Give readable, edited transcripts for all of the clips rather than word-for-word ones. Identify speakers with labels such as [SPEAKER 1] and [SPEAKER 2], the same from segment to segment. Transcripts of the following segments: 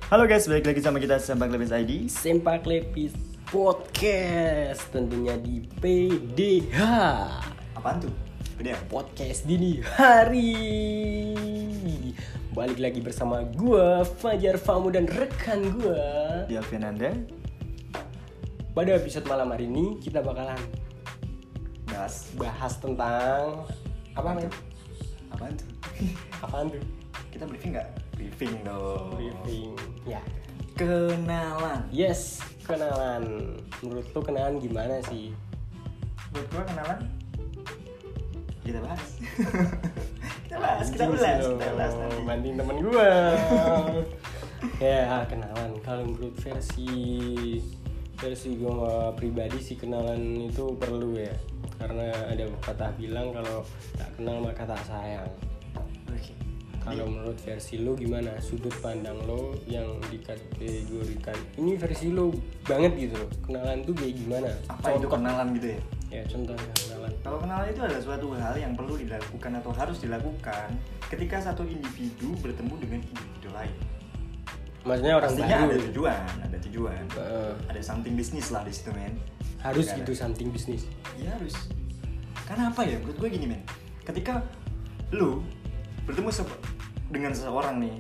[SPEAKER 1] Halo guys, balik lagi sama kita Sempak Lepis ID.
[SPEAKER 2] Sempak Lepis Podcast, tentunya di PDH.
[SPEAKER 1] Apaan tuh? Beda.
[SPEAKER 2] Podcast dini hari. Balik lagi bersama gua Fajar Famu dan rekan gua
[SPEAKER 1] Di Alfian Anda.
[SPEAKER 2] Pada episode malam hari ini kita bakalan bahas tentang apa men?
[SPEAKER 1] Apaan tuh?
[SPEAKER 2] Apaan tuh?
[SPEAKER 1] Kita briefing nggak? Briefing dong.
[SPEAKER 2] Briefing. Ya.
[SPEAKER 1] Kenalan.
[SPEAKER 2] Yes, kenalan. Menurut lu kenalan gimana sih?
[SPEAKER 1] Buat gua kenalan. Kita bahas. Kita bahas nanti.
[SPEAKER 2] Banding temen gua. Ya, kenalan. Kalau menurut versi gua pribadi sih kenalan itu perlu ya. Karena ada pepatah bilang kalau tak kenal maka tak sayang.
[SPEAKER 1] Oke.
[SPEAKER 2] Kalau menurut versi lo gimana? Sudut pandang lo yang dikategorikan ini versi lo banget gitu loh. Kenalan tuh kayak gimana?
[SPEAKER 1] Apa itu kenalan gitu ya?
[SPEAKER 2] Ya contohnya kenalan.
[SPEAKER 1] Kalau kenalan itu adalah suatu hal yang perlu dilakukan atau harus dilakukan ketika satu individu bertemu dengan individu lain.
[SPEAKER 2] Maksudnya orang
[SPEAKER 1] pastinya
[SPEAKER 2] baru.
[SPEAKER 1] ada tujuan. Ada something bisnis lah di situ, men.
[SPEAKER 2] Harus gitu something bisnis.
[SPEAKER 1] Iya harus. Karena apa ya? Menurut gue gini, men. Ketika lu bertemu dengan seseorang nih,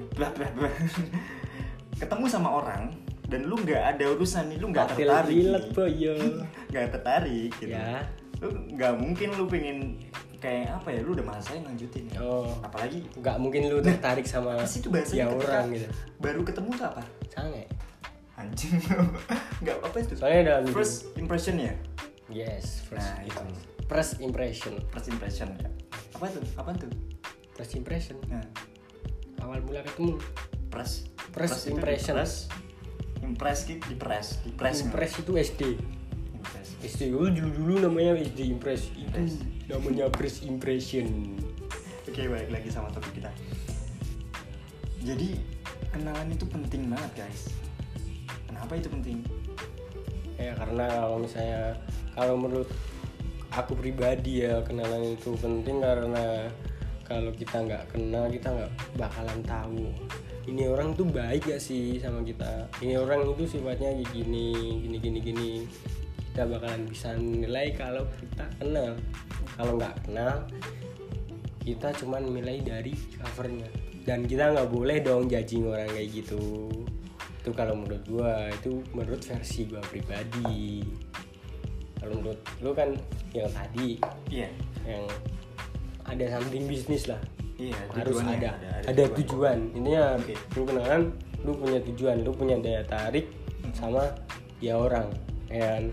[SPEAKER 1] ketemu sama orang dan lu nggak ada urusan nih, lu nggak tertarik nggak tertarik gitu
[SPEAKER 2] ya.
[SPEAKER 1] Lu nggak mungkin lu pengen kayak apa ya, lu udah masain lanjutin ya. Apalagi
[SPEAKER 2] nggak mungkin lu tertarik sama
[SPEAKER 1] itu bahasanya
[SPEAKER 2] ya orang gitu.
[SPEAKER 1] Baru ketemu tuh apa?
[SPEAKER 2] Sange
[SPEAKER 1] Anjing. Nggak apa itu,
[SPEAKER 2] soalnya dalam
[SPEAKER 1] first impression ya.
[SPEAKER 2] Yes,
[SPEAKER 1] first
[SPEAKER 2] impression
[SPEAKER 1] ya. Apa tuh
[SPEAKER 2] first impression.
[SPEAKER 1] Nah,
[SPEAKER 2] Awal mula ketemu
[SPEAKER 1] First
[SPEAKER 2] impression.
[SPEAKER 1] Impress
[SPEAKER 2] itu SD. SD dulu namanya SD Impress. Itu namanya first impression.
[SPEAKER 1] Oke, balik lagi sama topik kita. Jadi kenalan itu penting banget, guys. Kenapa itu penting?
[SPEAKER 2] Ya karena kalau menurut aku pribadi ya, kenalan itu penting karena kalau kita nggak kenal, kita nggak bakalan tahu ini orang tuh baik gak sih sama kita, ini orang itu sifatnya kayak gini. Kita bakalan bisa nilai kalau kita kenal. Kalau nggak kenal, kita cuman nilai dari covernya, dan kita nggak boleh dong judging orang kayak gitu. Itu kalau menurut gua, itu menurut versi gua pribadi. Kalau menurut lu kan yang tadi, yang ada something bisnis lah.
[SPEAKER 1] Iya,
[SPEAKER 2] harus ada tujuan. Intinya lu kenalan, lu punya tujuan, lu punya daya tarik sama dia orang, kan?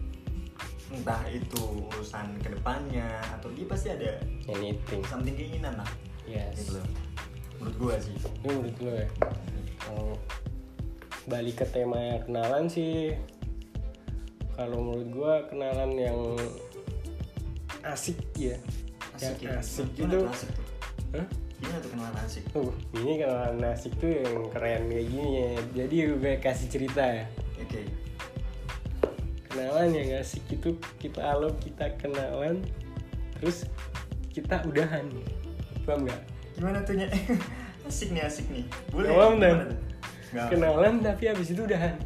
[SPEAKER 1] Entah itu urusan kedepannya atau dia pasti ada
[SPEAKER 2] Anything,
[SPEAKER 1] something keinginan lah.
[SPEAKER 2] Yes.
[SPEAKER 1] Gitu loh. Menurut gua sih.
[SPEAKER 2] Itu menurut lu ya. Kalau balik ke tema kenalan sih, kalau menurut gua kenalan yang asik ya.
[SPEAKER 1] Asik
[SPEAKER 2] Itu.
[SPEAKER 1] Gimana tuh kenalan asik?
[SPEAKER 2] Ini kenalan asik tuh yang keren kayak gini ya. Jadi gue kasih cerita ya.
[SPEAKER 1] Oke.
[SPEAKER 2] Kenalan yang asik itu kita kenalan, terus kita udahan. Paham nggak?
[SPEAKER 1] Gimana tuh nya? Asik nih. Boleh.
[SPEAKER 2] Kenalan tapi habis itu udahan.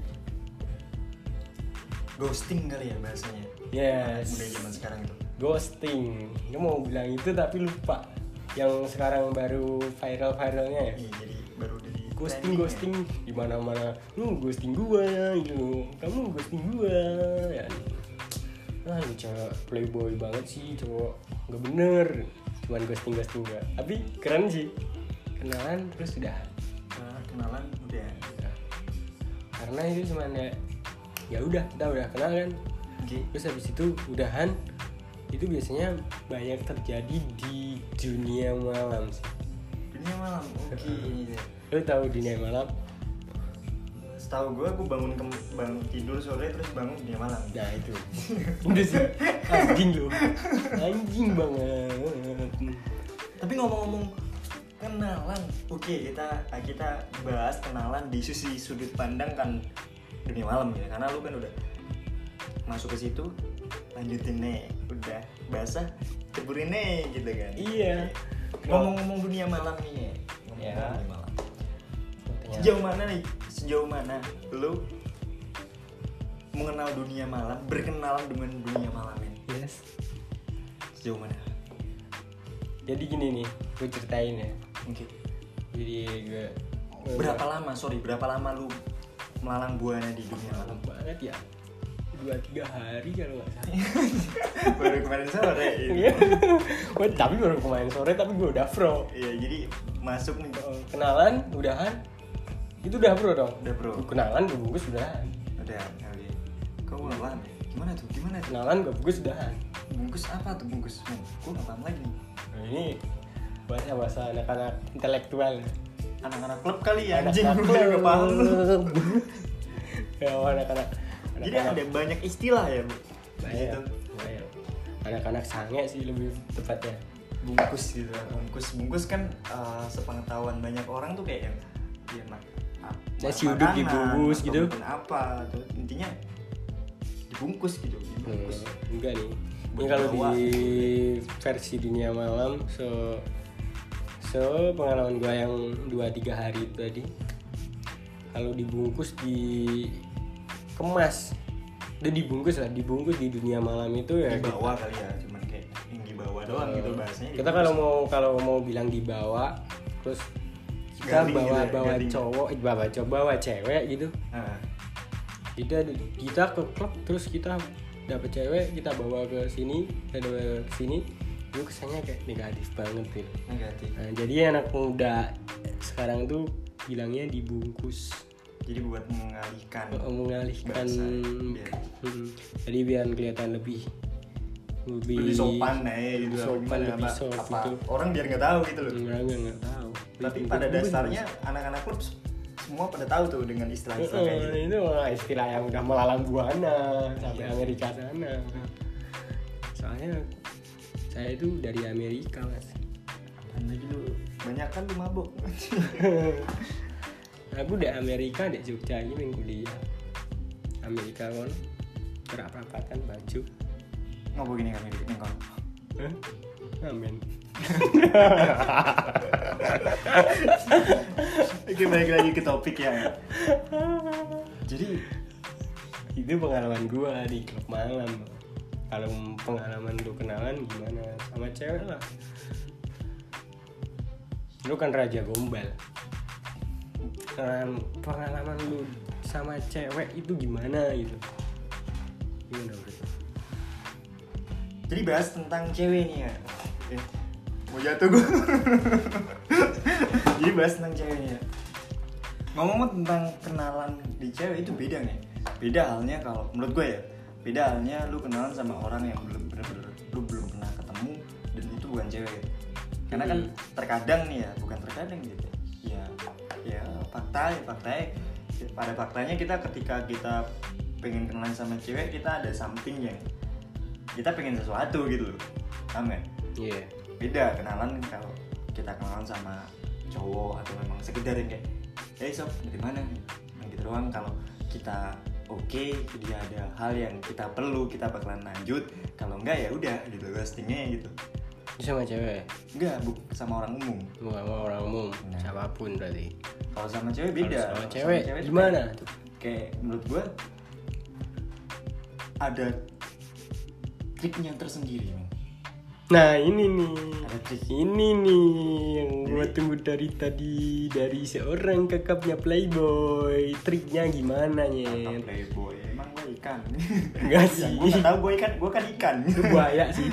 [SPEAKER 1] Ghosting kali ya bahasanya.
[SPEAKER 2] Yes.
[SPEAKER 1] Udah zaman sekarang itu.
[SPEAKER 2] Ghosting. Gue mau bilang itu tapi lupa. Yang sekarang baru viralnya ya.
[SPEAKER 1] Iya, jadi baru jadi
[SPEAKER 2] ghosting di mana-mana. Lu ghosting gua gitu. Kamu ghosting gua ya. Lu cowok playboy banget sih, cowok. Enggak bener. Cuman ghosting gua. Tapi keren sih. Kenalan terus udah.
[SPEAKER 1] Kenalan udah.
[SPEAKER 2] Karena itu cuman ya udah, kita udah kenal kan. Terus habis itu udahan. Itu biasanya banyak terjadi di dunia malam sih.
[SPEAKER 1] Dunia malam, oke.
[SPEAKER 2] Lu tahu dunia malam?
[SPEAKER 1] Setahu gue, aku bangun tidur sore terus bangun dunia malam.
[SPEAKER 2] Nah itu, udah sih anjing banget.
[SPEAKER 1] Tapi ngomong-ngomong kenalan, oke, kita bahas kenalan di sisi sudut pandang kan dunia malam ya, karena lu kan udah masuk ke situ. Lanjutin nih, udah basah ceburin nih gitu kan.
[SPEAKER 2] Iya.
[SPEAKER 1] Ngomong-ngomong dunia malam nih,
[SPEAKER 2] ya.
[SPEAKER 1] Dunia malam. Sejauh mana lu mengenal dunia malam, berkenalan dengan dunia malam ini?
[SPEAKER 2] Yes.
[SPEAKER 1] Sejauh mana?
[SPEAKER 2] Jadi gini nih, gue ceritain ya.
[SPEAKER 1] Oke.
[SPEAKER 2] Jadi gue
[SPEAKER 1] Berapa lama lu melalang buana di dunia malam?
[SPEAKER 2] malam banget ya. 2-3 hari kalau nggak salah.
[SPEAKER 1] Baru kemarin sore.
[SPEAKER 2] Iya. Wah, tapi baru kemarin sore tapi gue udah pro.
[SPEAKER 1] Iya, jadi masuk nih.
[SPEAKER 2] Kenalan, udahan. Itu udah pro dong.
[SPEAKER 1] Udah pro.
[SPEAKER 2] Kenalan, gue bungkus udahan.
[SPEAKER 1] Udah, oke. Kau nggak paham ya? Gimana tuh?
[SPEAKER 2] Kenalan, gue bungkus udahan.
[SPEAKER 1] Bungkus apa tuh bungkus? Gue nggak paham lagi nih.
[SPEAKER 2] Nah, ini bahasa anak-anak intelektual.
[SPEAKER 1] Anak-anak klub kali ya, anjing.
[SPEAKER 2] Anak-anak
[SPEAKER 1] Gue nggak paham.
[SPEAKER 2] Ya, anak-anak.
[SPEAKER 1] Jadi ada banyak istilah ya, Bu?
[SPEAKER 2] Banyak. Anak-anak sange sih lebih tepatnya.
[SPEAKER 1] Bungkus gitu. Bungkus kan sepengetahuan banyak orang tuh kayak ya
[SPEAKER 2] nasi uduk dibungkus gitu.
[SPEAKER 1] Apa tuh intinya dibungkus gitu. Dibungkus.
[SPEAKER 2] Enggak nih. Ini kalau di versi dunia malam pengalaman gua yang 2-3 hari itu tadi. Kalau dibungkus dikemas. Udah dibungkus di dunia malam itu ya
[SPEAKER 1] dibawa kali ya, cuman kayak yang dibawa doang gitu bahasanya.
[SPEAKER 2] Kita kalau mau bilang dibawa terus kita bawa cewek gitu. Kita ke klub terus kita dapet cewek, kita bawa ke sini, itu kesannya kayak negatif banget gitu.
[SPEAKER 1] Negatif.
[SPEAKER 2] Nah, jadi anak muda sekarang tuh bilangnya dibungkus.
[SPEAKER 1] Jadi buat mengalihkan
[SPEAKER 2] bahasa, jadi biar kelihatan lebih
[SPEAKER 1] sopan gitu.
[SPEAKER 2] Lebih sopan gitu.
[SPEAKER 1] Orang biar nggak tahu gitu loh.
[SPEAKER 2] Orang nggak tahu.
[SPEAKER 1] Tapi pada dasarnya anak-anak klub semua pada tahu tuh dengan istilah-istilah kayak gitu.
[SPEAKER 2] Itu istilah yang udah melalang buana sampai Amerika sana. Soalnya saya itu dari Amerika, Mas.
[SPEAKER 1] Apaan lagi lu? Banyak kan lu mabuk.
[SPEAKER 2] Aku di Amerika, di Jogja ini main kuliah. Amerika kan berapa-apatan baju.
[SPEAKER 1] Ngopo gini kami di kon.
[SPEAKER 2] Amin.
[SPEAKER 1] Oke, balik lagi ke topik ya. Jadi
[SPEAKER 2] itu pengalaman gua di klub malam. Kalau pengalaman lu kenalan gimana sama cewek lah? Lu kan raja gombal. Pengalaman lu sama cewek itu gimana gitu? Gimana bro?
[SPEAKER 1] Jadi bahas tentang cewek nih ya. Mau jatuh gue. Jadi bahas tentang cewek nih ya. Ngomong tentang kenalan di cewek itu beda nih. Beda halnya kalau menurut gue ya. Beda halnya lu kenalan sama orang yang lu belum pernah ketemu dan itu bukan cewek gitu. Karena kan terkadang nih ya, bukan terkadang gitu. Ya pada faktanya ketika kita pengen kenalan sama cewek, kita ada something yang kita pengen sesuatu gitu loh. Paham gak?
[SPEAKER 2] Iya. Yeah.
[SPEAKER 1] Beda kenalan kalau kita kenalan sama cowok atau memang sekedar yang kayak sob dari mana yang gitu doang. Kalau kita oke, dia ada hal yang kita perlu, kita bakalan lanjut. Kalau enggak ya udah gitu, ghostingnya gitu.
[SPEAKER 2] Sama cewek?
[SPEAKER 1] Enggak, sama orang umum.
[SPEAKER 2] Bukan sama orang umum, siapapun berarti.
[SPEAKER 1] Kalau sama cewek beda.
[SPEAKER 2] Sama cewek gimana?
[SPEAKER 1] Kayak menurut gue ada triknya tersendiri.
[SPEAKER 2] Nah ini nih,
[SPEAKER 1] ada trik.
[SPEAKER 2] Ini nih yang gue tunggu dari tadi, dari seorang kakaknya Playboy. Triknya gimana
[SPEAKER 1] Kakak Playboy, emang gue ikan?
[SPEAKER 2] Enggak sih.
[SPEAKER 1] Gue nggak tahu gue kan ikan.
[SPEAKER 2] Itu buaya sih.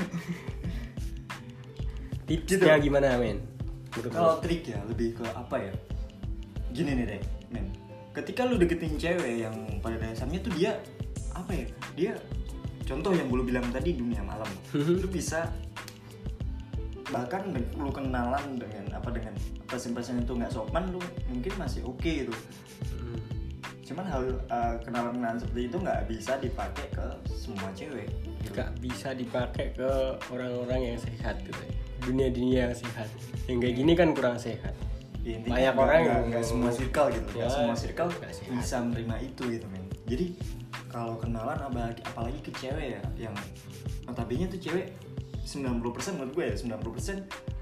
[SPEAKER 2] Tipsnya gitu. Gimana men?
[SPEAKER 1] Kalau trik ya lebih ke apa ya? Gini nih deh, men. Ketika lu deketin cewek yang pada dasarnya tuh dia apa ya? Dia contoh yang gue bilang tadi dunia malam. Lu bisa bahkan lu kenalan dengan person-person itu nggak sopan, lu mungkin masih oke gitu. Cuman hal kenalan seperti itu nggak bisa dipakai ke semua cewek.
[SPEAKER 2] Nggak bisa dipakai ke orang-orang yang sehat gitu. Dunia yang sehat. Yang kayak gini kan kurang sehat.
[SPEAKER 1] Ya,
[SPEAKER 2] banyak orang yang
[SPEAKER 1] nggak semua circle gitu.
[SPEAKER 2] Ya,
[SPEAKER 1] nggak semua circle bisa menerima itu gitu men. Jadi kalau kenalan apalagi ke cewek ya, yang notabene tuh cewek 90% menurut gue ya 90%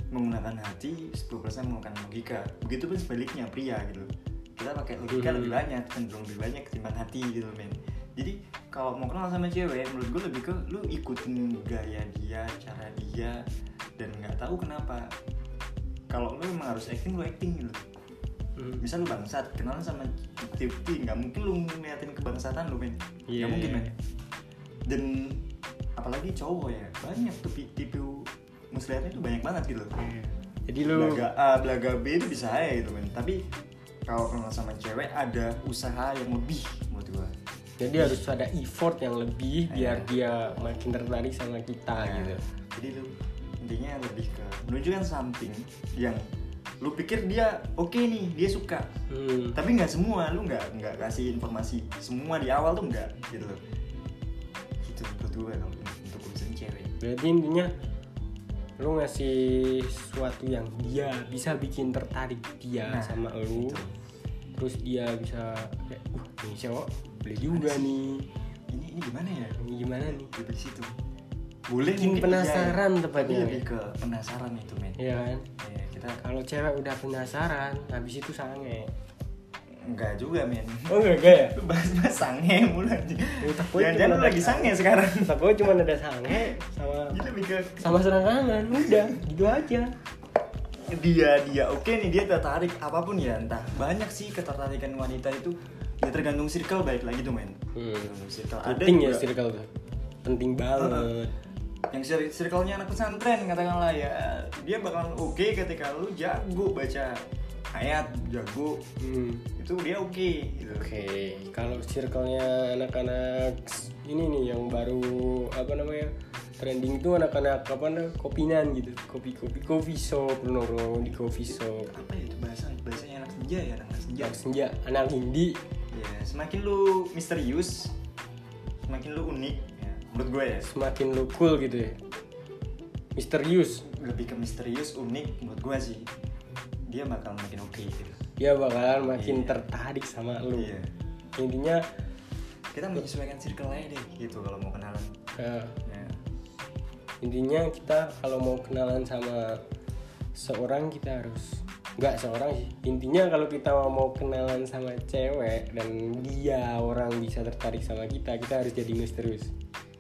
[SPEAKER 1] menggunakan hati, 10% menggunakan logika. Begitupun sebaliknya pria gitu. Kita pakai logika lebih banyak, cenderung lebih banyak ketimbang hati gitu men. Jadi kalau mau kenal sama cewek, menurut gue lebih ke lu ikutin gaya dia, cara dia, dan nggak tahu kenapa. Kalau lu memang harus acting, lu acting gitu. Misal lu bangsat, kenalan sama Tipti, nggak mungkin lu ngeliatin kebangsatan lu men. Nggak mungkin men. Dan apalagi cowok ya, banyak tuh tipe muslihatnya tuh banyak banget gitu.
[SPEAKER 2] Jadi lu
[SPEAKER 1] belaga A, belaga B itu bisa aja gitu men. Tapi kalau kenal sama cewek ada usaha yang lebih menurut gua.
[SPEAKER 2] Jadi harus ada effort yang lebih biar dia makin tertarik sama kita gitu.
[SPEAKER 1] Jadi lu intinya lebih ke menunjukkan something yang lu pikir dia oke nih, dia suka. Tapi nggak semua, lu nggak kasih informasi semua di awal tuh nggak gitu loh. Gitu menurut gua kalau untuk urusan cewek.
[SPEAKER 2] Berarti intinya lu ngasih sesuatu yang dia bisa bikin tertarik dia sama lu.
[SPEAKER 1] Gitu.
[SPEAKER 2] Terus dia bisa kayak ini cowok boleh juga nih.
[SPEAKER 1] Ini gimana ya?
[SPEAKER 2] Ini gimana nih?
[SPEAKER 1] Di situ. Boleh
[SPEAKER 2] bikin penasaran
[SPEAKER 1] ya.
[SPEAKER 2] tepatnya.
[SPEAKER 1] Lebih ke penasaran itu men.
[SPEAKER 2] Iya kan?
[SPEAKER 1] Ya, kita
[SPEAKER 2] kalau cewek udah penasaran, habis itu sange.
[SPEAKER 1] Enggak juga men.
[SPEAKER 2] Oh enggak ya?
[SPEAKER 1] Lu bahas sange mulu anjing.
[SPEAKER 2] Jangan
[SPEAKER 1] lu lagi sange sekarang.
[SPEAKER 2] Tapi cuma ada sange sama serangkangan, udah gitu aja.
[SPEAKER 1] Dia oke nih, dia tertarik apapun ya, entah banyak sih ketertarikan wanita itu ya tergantung circle, baik lagi tuh men. Circle ada
[SPEAKER 2] penting
[SPEAKER 1] juga.
[SPEAKER 2] Ya circle tuh penting banget.
[SPEAKER 1] Yang circle-nya anak pesantren katakanlah ya, dia bakalan oke ketika lu jago baca ayat, jago itu dia oke gitu.
[SPEAKER 2] Oke, kalau circle-nya anak-anak ini nih yang baru apa namanya trending itu anak-anak apa namanya kopinan gitu, coffee shop, nongkrong di coffee shop.
[SPEAKER 1] Apa ya itu bahasanya anak senja ya,
[SPEAKER 2] anak senja, anak indie.
[SPEAKER 1] Ya, semakin lu misterius, semakin lu unik ya, menurut gue ya.
[SPEAKER 2] Semakin lu cool gitu ya. Misterius,
[SPEAKER 1] lebih ke misterius, unik menurut gue sih. Dia bakal makin oke gitu.
[SPEAKER 2] Dia bakalan makin tertarik sama lu.
[SPEAKER 1] Iya.
[SPEAKER 2] Intinya
[SPEAKER 1] kita menyesuaikan circle aja deh gitu kalau mau kenalan.
[SPEAKER 2] Ya. Intinya kita kalau mau kenalan sama seorang kita harus nggak seorang sih. Intinya kalau kita mau kenalan sama cewek dan dia orang bisa tertarik sama kita harus jadi misterius.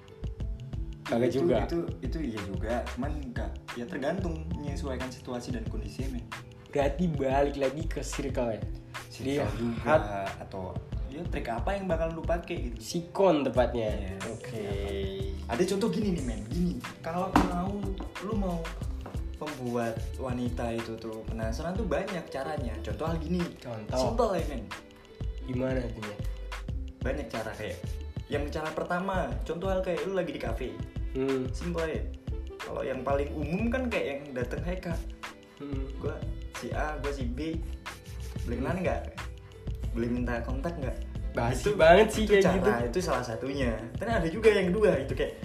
[SPEAKER 2] Kagak juga.
[SPEAKER 1] Itu iya juga, cuman enggak. Ya tergantung menyesuaikan situasi dan kondisinya men.
[SPEAKER 2] Berarti balik lagi ke circle ya.
[SPEAKER 1] Circle juga atau ya trik apa yang bakal lu pakai gitu.
[SPEAKER 2] Sikon tepatnya.
[SPEAKER 1] Yes.
[SPEAKER 2] Oke.
[SPEAKER 1] Ada contoh gini nih men, gini. Kalau lu mau membuat wanita itu tuh penasaran tuh banyak caranya. Contoh hal gini. Simple ya men.
[SPEAKER 2] Gimana tuh ya?
[SPEAKER 1] Banyak cara kayak. Yang cara pertama, contoh hal kayak lu lagi di kafe. Simple ya. Kalau yang paling umum kan kayak yang dateng hai kak. Gue si A, gue si B. Boleh kenalan nggak? Boleh minta kontak nggak?
[SPEAKER 2] Basi banget sih kayak
[SPEAKER 1] cara,
[SPEAKER 2] gitu.
[SPEAKER 1] Itu salah satunya. Tapi ada juga yang kedua itu kayak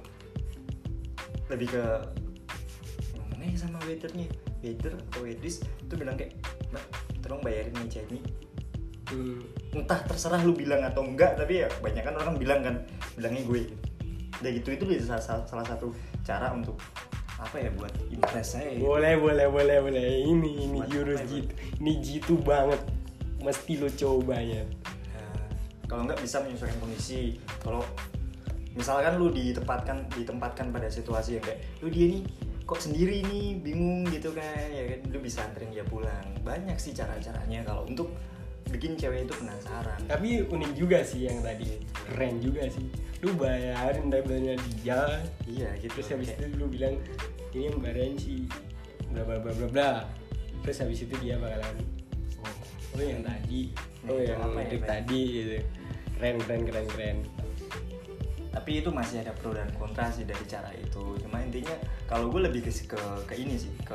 [SPEAKER 1] lebih ke ngomongnya sama waiter atau waitress itu bilang kayak mbak tolong bayarin meja ini. Entah terserah lu bilang atau enggak, tapi ya kebanyakan orang bilangnya gue. Ya gitu, itu bisa salah satu cara untuk apa ya, buat impress saya.
[SPEAKER 2] Boleh. Ini jurus jitu. Ini jitu banget. Mesti lo coba ya.
[SPEAKER 1] Kalau enggak bisa menyesuaikan kondisi. Kalau misalkan lu ditempatkan pada situasi yang kayak lu dia nih kok sendiri nih, bingung gitu kan, ya kan, lu bisa anterin dia pulang. Banyak sih cara-caranya kalau untuk bikin cewek itu penasaran.
[SPEAKER 2] Tapi unik juga sih yang tadi, keren juga sih. Lu bayarin tabelnya dia.
[SPEAKER 1] Iya gitu.
[SPEAKER 2] Terus habis itu lu bilang ini yang bayarin si bla bla bla bla bla. Terus habis itu dia bakalan oh yang tadi, yang
[SPEAKER 1] apa ya,
[SPEAKER 2] tadi gitu. Keren.
[SPEAKER 1] Tapi itu masih ada pro dan kontra sih dari cara itu. Cuma intinya kalau gue lebih ke ini sih, ke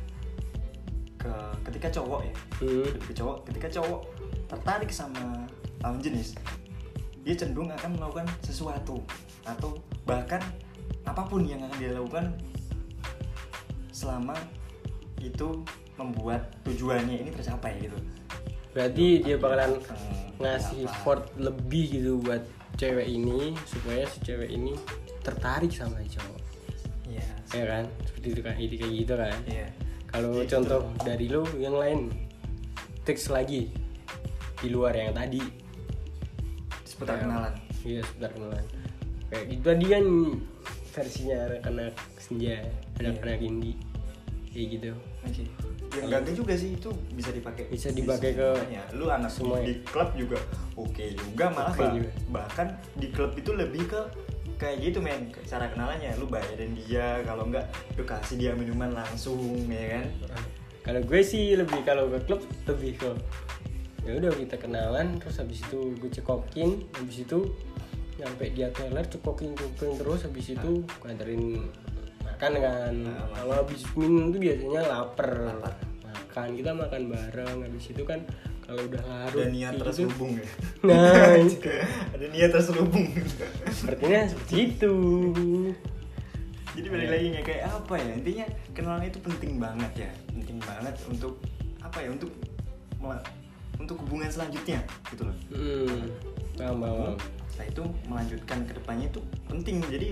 [SPEAKER 1] ketika cowok ya. Ketika cowok tertarik sama lawan jenis, dia cenderung akan melakukan sesuatu atau bahkan apapun yang akan dia lakukan selama itu membuat tujuannya ini tercapai gitu.
[SPEAKER 2] Berarti dia bakalan ngasih effort lebih gitu buat cewek ini supaya si cewek ini tertarik sama cowok.
[SPEAKER 1] Iya,
[SPEAKER 2] ya kan, seperti itu kan, ide kayak gitu kan.
[SPEAKER 1] Iya.
[SPEAKER 2] Kalau
[SPEAKER 1] Gitu.
[SPEAKER 2] contoh dari lu yang lain, tips lagi di luar yang tadi
[SPEAKER 1] Seputar
[SPEAKER 2] kayak-
[SPEAKER 1] kenalan.
[SPEAKER 2] Iya, seputar kenalan. Kayak gitu tadi kan versinya anak-anak senja, anak-anak indie kayak gitu.
[SPEAKER 1] Oke. Ya enggak juga sih, itu bisa dipakai.
[SPEAKER 2] Bisa dipakai ke
[SPEAKER 1] semuanya. Lu anak
[SPEAKER 2] semuanya.
[SPEAKER 1] di klub juga oke juga, malah
[SPEAKER 2] Oke juga.
[SPEAKER 1] bahkan di klub itu lebih ke kayak gitu men, cara kenalannya lu bayarin dia, kalau enggak lu kasih dia minuman langsung ya kan.
[SPEAKER 2] Kalau gue sih lebih, kalau ke klub lebih ke ya udah kita kenalan, terus habis itu gue cekokin, habis itu nyampe dia teler cekokin terus, habis itu gue anterin makan kan. Kalau habis minum tuh biasanya lapar. Makan, kita makan bareng, habis itu kan kalau udah larut
[SPEAKER 1] Ada niat
[SPEAKER 2] kayak
[SPEAKER 1] terselubung ya.
[SPEAKER 2] Nah, itu.
[SPEAKER 1] Ada niat terselubung.
[SPEAKER 2] Sepertinya seperti itu.
[SPEAKER 1] Jadi balik lagi nggak kayak apa ya, intinya kenalan itu penting banget ya, penting banget untuk apa ya, untuk hubungan selanjutnya gitu loh.
[SPEAKER 2] Paham.
[SPEAKER 1] Setelah itu melanjutkan ke depannya itu penting. Jadi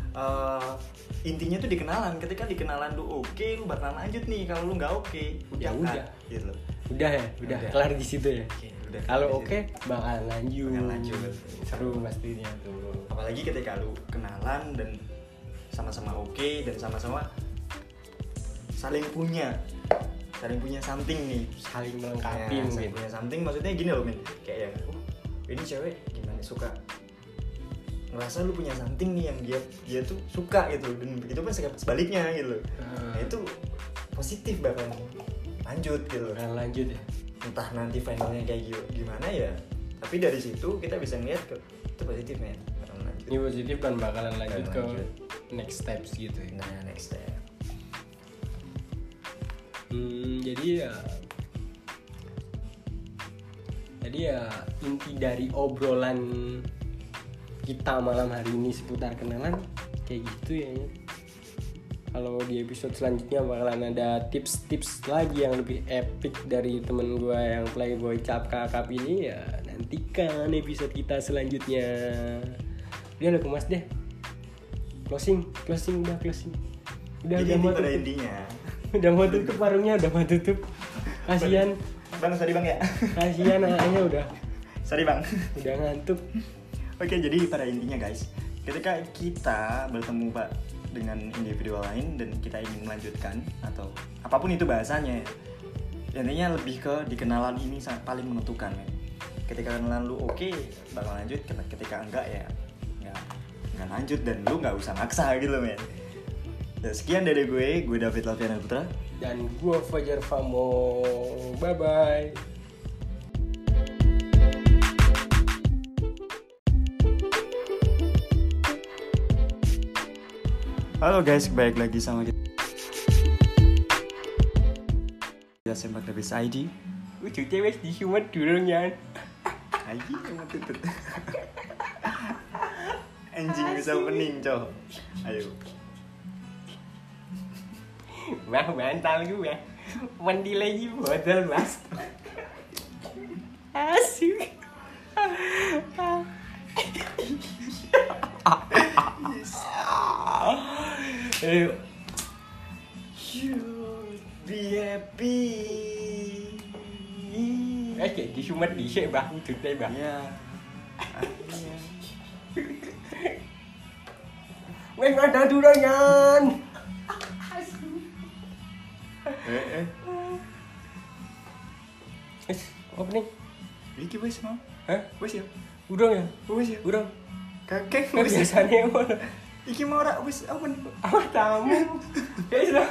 [SPEAKER 1] intinya tuh dikenalan. Ketika dikenalan lu oke, lu bakal lanjut nih. Kalau lu nggak oke,
[SPEAKER 2] Ya
[SPEAKER 1] kan?
[SPEAKER 2] udah.
[SPEAKER 1] Gitu loh.
[SPEAKER 2] Udah kelar di situ ya.
[SPEAKER 1] Oke, udah.
[SPEAKER 2] Kalau
[SPEAKER 1] Di
[SPEAKER 2] oke
[SPEAKER 1] situ.
[SPEAKER 2] bakal lanjut.
[SPEAKER 1] Bakal lanjut.
[SPEAKER 2] Seru pastinya tuh.
[SPEAKER 1] Apalagi ketika lu kenalan dan sama-sama oke dan sama-sama saling punya something nih,
[SPEAKER 2] Saling melengkapi
[SPEAKER 1] ya,
[SPEAKER 2] mungkin.
[SPEAKER 1] saling punya something. Maksudnya gini loh men, kayak ya, ini cewek gimana, suka ngerasa lu punya something nih yang dia tuh suka gitu, dan begitu pun sebaliknya gitu. Nah itu positif bakal lanjut gitu.
[SPEAKER 2] Bakal lanjut ya.
[SPEAKER 1] Entah nanti finalnya kayak gimana ya, tapi dari situ kita bisa ngeliat itu positif men, bakal lanjut.
[SPEAKER 2] Ini positif kan bakalan lanjut ke
[SPEAKER 1] Bakalan lanjut.
[SPEAKER 2] next steps gitu ya.
[SPEAKER 1] Nah next step.
[SPEAKER 2] Jadi ya inti dari obrolan kita malam hari ini seputar kenalan kayak gitu ya. Kalau di episode selanjutnya bakalan ada tips-tips lagi yang lebih epic dari temen gue yang playboy cap kakap ini ya. Nantikan episode kita selanjutnya. Udah kemas deh. Closing. Udah
[SPEAKER 1] Jadi
[SPEAKER 2] mau
[SPEAKER 1] pada
[SPEAKER 2] tutup.
[SPEAKER 1] intinya.
[SPEAKER 2] Udah mau tutup warungnya, udah mau tutup. Kasihan
[SPEAKER 1] Sorry bang ya.
[SPEAKER 2] kasihan anaknya udah
[SPEAKER 1] Sorry bang.
[SPEAKER 2] ngantuk.
[SPEAKER 1] Oke, jadi pada intinya guys, ketika kita bertemu pak dengan individu lain dan kita ingin melanjutkan atau apapun itu bahasanya, intinya lebih ke dikenalan ini paling menentukan men. Ketika kenalan lu oke, bakal lanjut. Ketika enggak ya nggak lanjut, dan lu nggak usah maksa gitu men. Dan sekian dari gue David Laviana Putra.
[SPEAKER 2] Dan gue Fajar Famo. Bye bye.
[SPEAKER 1] Halo guys, balik lagi sama kita. Kita Sempak Davis ID.
[SPEAKER 2] Udah cewek di Sumet dulu ya.
[SPEAKER 1] Aji sama tutut. Anjing bisa pening cow. Ayo.
[SPEAKER 2] Wah bantal gue. Mandi lagi botol mas. Asyik. Ayo.
[SPEAKER 1] Should be happy.
[SPEAKER 2] Kayak di Sumet di sini bah, udah bah.
[SPEAKER 1] Ya.
[SPEAKER 2] Wes ada dulu yan. Opening.
[SPEAKER 1] Iki wes mau.
[SPEAKER 2] Hah?
[SPEAKER 1] Wes ya.
[SPEAKER 2] Udah ya?
[SPEAKER 1] Wes ya.
[SPEAKER 2] Udah.
[SPEAKER 1] Kakek
[SPEAKER 2] Nggak
[SPEAKER 1] wes ya.
[SPEAKER 2] biasanya emang.
[SPEAKER 1] Iki mau ora wes apa nih?
[SPEAKER 2] Awak tamu. Ya sudah.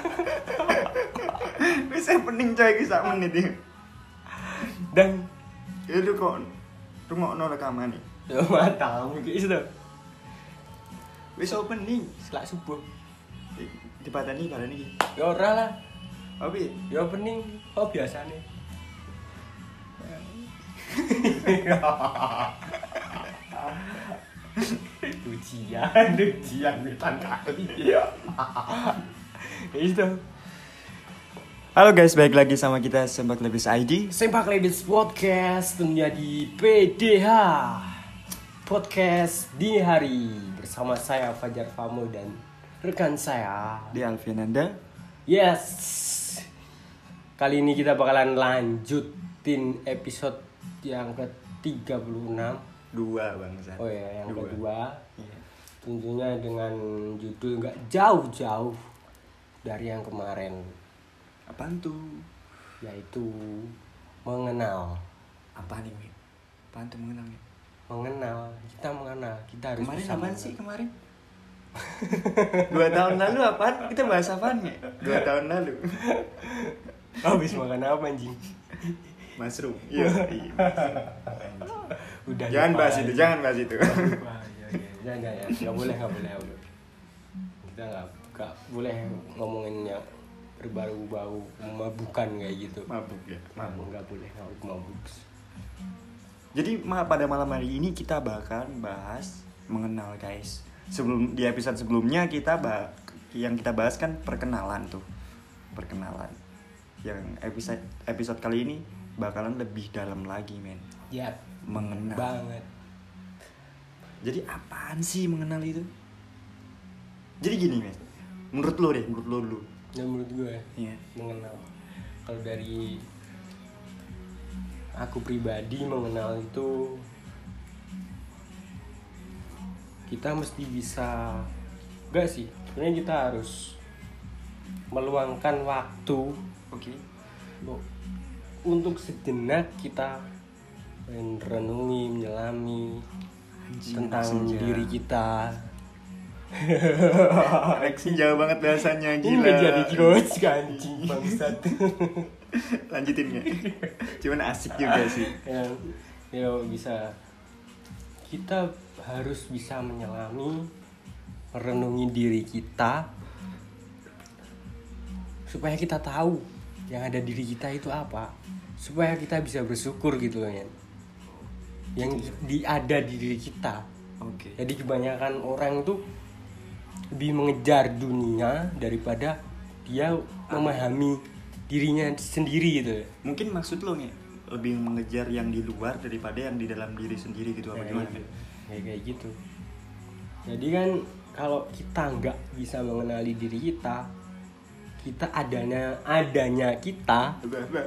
[SPEAKER 1] Wes pening coy iki sak menit iki.
[SPEAKER 2] Dan
[SPEAKER 1] Itu kok rungokno rekaman nih.
[SPEAKER 2] ya tamu kayak sudah.
[SPEAKER 1] Wes opening.
[SPEAKER 2] Selak subuh.
[SPEAKER 1] Dipatani iki.
[SPEAKER 2] Ya ora lah.
[SPEAKER 1] Opi.
[SPEAKER 2] Ya opening. Oh biasanya. Ujian wetan kali. Ya itu.
[SPEAKER 1] Halo guys, balik lagi sama kita Sempak Lebis ID.
[SPEAKER 2] Sempak Ladies Podcast tentunya di PDH Podcast Dini Hari bersama saya Fajar Famo dan rekan saya.
[SPEAKER 1] Di Alfiananda.
[SPEAKER 2] Yes. Kali ini kita bakalan lanjutin episode yang ke-36.
[SPEAKER 1] 2 bangsat.
[SPEAKER 2] Oh ya, yang
[SPEAKER 1] 2.
[SPEAKER 2] kedua.
[SPEAKER 1] Iya.
[SPEAKER 2] Tentunya dengan judul nggak jauh-jauh dari yang kemarin,
[SPEAKER 1] Apaan tuh?
[SPEAKER 2] yaitu mengenal.
[SPEAKER 1] Apa nih, Mit? Apaan tuh mengenal, Mit?
[SPEAKER 2] Mengenal, kita mengenal, kita harus
[SPEAKER 1] Kemarin
[SPEAKER 2] bisa
[SPEAKER 1] apaan
[SPEAKER 2] mengenal.
[SPEAKER 1] sih kemarin? 2 tahun lalu apaan? Kita bahas apaan ya? 2 tahun lalu.
[SPEAKER 2] Habis makan apa anjing?
[SPEAKER 1] Mushroom. Iya.
[SPEAKER 2] Udah.
[SPEAKER 1] Jangan
[SPEAKER 2] lupa.
[SPEAKER 1] bahas itu, jangan bahas itu.
[SPEAKER 2] Jangan ya. Nggak boleh. Kita nggak boleh ngomongin yang berbau-bau memabukan kayak gitu.
[SPEAKER 1] Mabuk ya. Mabuk.
[SPEAKER 2] Nggak boleh mabuk.
[SPEAKER 1] Jadi pada malam hari ini kita bakal bahas mengenal, guys. Sebelum di episode sebelumnya yang kita bahas kan perkenalan tuh. Perkenalan. Yang episode kali ini bakalan lebih dalam lagi, men.
[SPEAKER 2] Ya.
[SPEAKER 1] Mengenal.
[SPEAKER 2] Banget.
[SPEAKER 1] Jadi apaan sih mengenal itu? Jadi gini, men. Menurut lo dulu.
[SPEAKER 2] Ya menurut gue
[SPEAKER 1] Iya.
[SPEAKER 2] mengenal. Kalau dari aku pribadi mengenal itu kita mesti bisa, enggak sih, sebenarnya kita harus meluangkan waktu
[SPEAKER 1] Oke.
[SPEAKER 2] untuk sejenak kita merenungi, menyelami tentang diri kita.
[SPEAKER 1] Reaksi jauh banget bahasanya,
[SPEAKER 2] Ini
[SPEAKER 1] gila.
[SPEAKER 2] nggak jadi coach kancing bangsat.
[SPEAKER 1] Lanjutin ya. Cuman asik juga sih.
[SPEAKER 2] Ya bisa, kita harus bisa menyelami, merenungi diri kita supaya kita tahu yang ada diri kita itu apa, supaya kita bisa bersyukur gitu loh ya, yang ada di diri kita.
[SPEAKER 1] Oke.
[SPEAKER 2] Jadi kebanyakan orang tuh lebih mengejar dunia daripada dia memahami dirinya sendiri gitu.
[SPEAKER 1] Mungkin maksud lo nih lebih mengejar yang di luar daripada yang di dalam diri sendiri gitu, apa gimana?
[SPEAKER 2] Gitu. Kayak gitu. Jadi kan kalau kita nggak bisa mengenali diri kita, kita adanya kita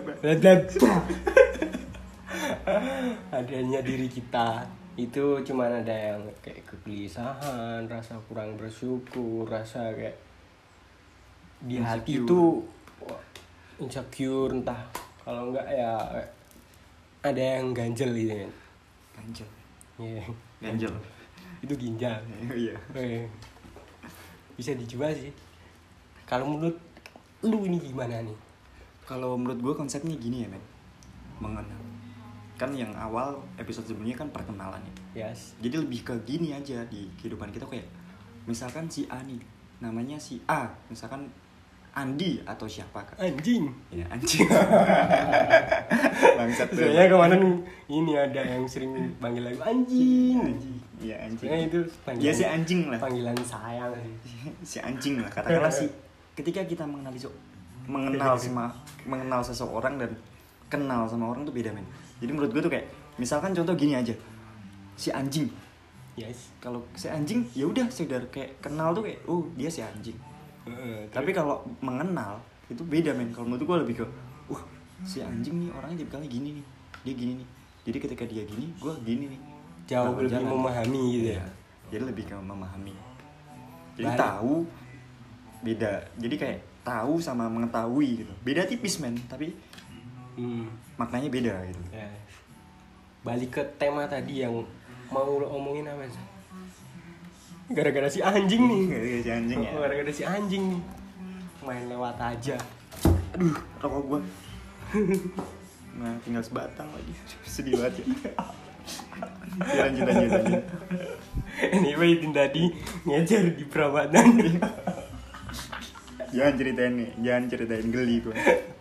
[SPEAKER 2] adanya diri kita itu cuman ada yang kayak kegelisahan, rasa kurang bersyukur, rasa kayak di hati itu insecure, entah kalau enggak ya ada yang ganjel gitu kan.
[SPEAKER 1] Ganjel.
[SPEAKER 2] Iya.
[SPEAKER 1] Ganjel.
[SPEAKER 2] Itu ginjal.
[SPEAKER 1] Iya.
[SPEAKER 2] Bisa dijual sih. Kalau menurut lu ini gimana nih?
[SPEAKER 1] Kalau menurut gue konsepnya gini ya, men. Mengenal. Kan yang awal episode sebelumnya kan perkenalan ya.
[SPEAKER 2] Yes.
[SPEAKER 1] Jadi lebih ke gini aja di kehidupan kita, kayak misalkan si A nih, namanya si A, misalkan Andi atau siapa kan?
[SPEAKER 2] Anjing.
[SPEAKER 1] Ya anjing. Bangsat.
[SPEAKER 2] Soalnya kemarin ini ada yang sering panggil lagu anjing.
[SPEAKER 1] Iya anjing.
[SPEAKER 2] Nah, itu
[SPEAKER 1] Ya si anjing lah.
[SPEAKER 2] Panggilan sayang.
[SPEAKER 1] Si anjing lah, katakanlah sih. Ketika kita mengenal seseorang dan kenal sama orang tuh beda, men. Jadi menurut gue tuh kayak misalkan contoh gini aja, si anjing.
[SPEAKER 2] Yes.
[SPEAKER 1] Kalau si anjing ya udah sekedar kayak kenal tuh kayak dia si anjing. Tapi kalau mengenal itu beda, men. Kalau menurut gue lebih ke si anjing nih orangnya tipikalnya gini nih, dia gini nih. Jadi ketika dia gini, gue gini nih.
[SPEAKER 2] Jauh lebih
[SPEAKER 1] Jalan.
[SPEAKER 2] memahami gitu ya.
[SPEAKER 1] Jadi lebih ke memahami. Jadi
[SPEAKER 2] Balik.
[SPEAKER 1] tahu beda. Jadi kayak tahu sama mengetahui gitu. Beda tipis, men, tapi maknanya beda gitu.
[SPEAKER 2] Ya. Balik ke tema tadi yang mau lo omongin apa sih? Gara-gara si anjing nih.
[SPEAKER 1] Gara-gara si anjing ya.
[SPEAKER 2] Gara-gara si anjing nih. Main lewat aja.
[SPEAKER 1] Aduh, rokok gua. Nah, tinggal sebatang lagi. Sedih banget ya. Lanjut.
[SPEAKER 2] Anyway, itu tadi ngejar di perawatan.
[SPEAKER 1] Jangan ceritain geli gua.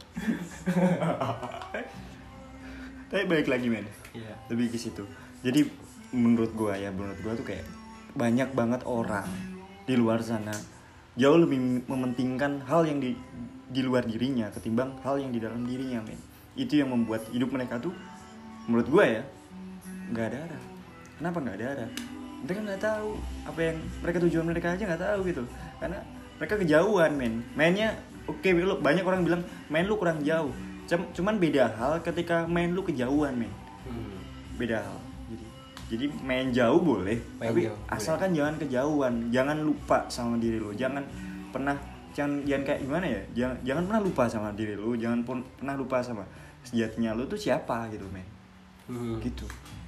[SPEAKER 1] Tapi balik lagi, men.
[SPEAKER 2] Iya.
[SPEAKER 1] Lebih ke situ. Jadi menurut gua tuh kayak banyak banget orang di luar sana jauh lebih mementingkan hal yang di luar dirinya ketimbang hal yang di dalam dirinya, men. Itu yang membuat hidup mereka tuh menurut gua ya nggak ada arah. Kenapa nggak ada arah? mereka nggak tahu apa yang mereka tujuan mereka aja nggak tahu gitu, karena mereka kejauhan mainnya. Oke, lu banyak orang bilang main lu kurang jauh, cuman beda hal ketika main lu kejauhan beda hal. Jadi main jauh boleh, tapi asalkan boleh. Jangan kejauhan, jangan lupa sama diri lu, jangan kayak gimana ya, jangan pernah lupa sama diri lu, jangan pernah lupa sama sejatinya lu tuh siapa gitu men. Gitu.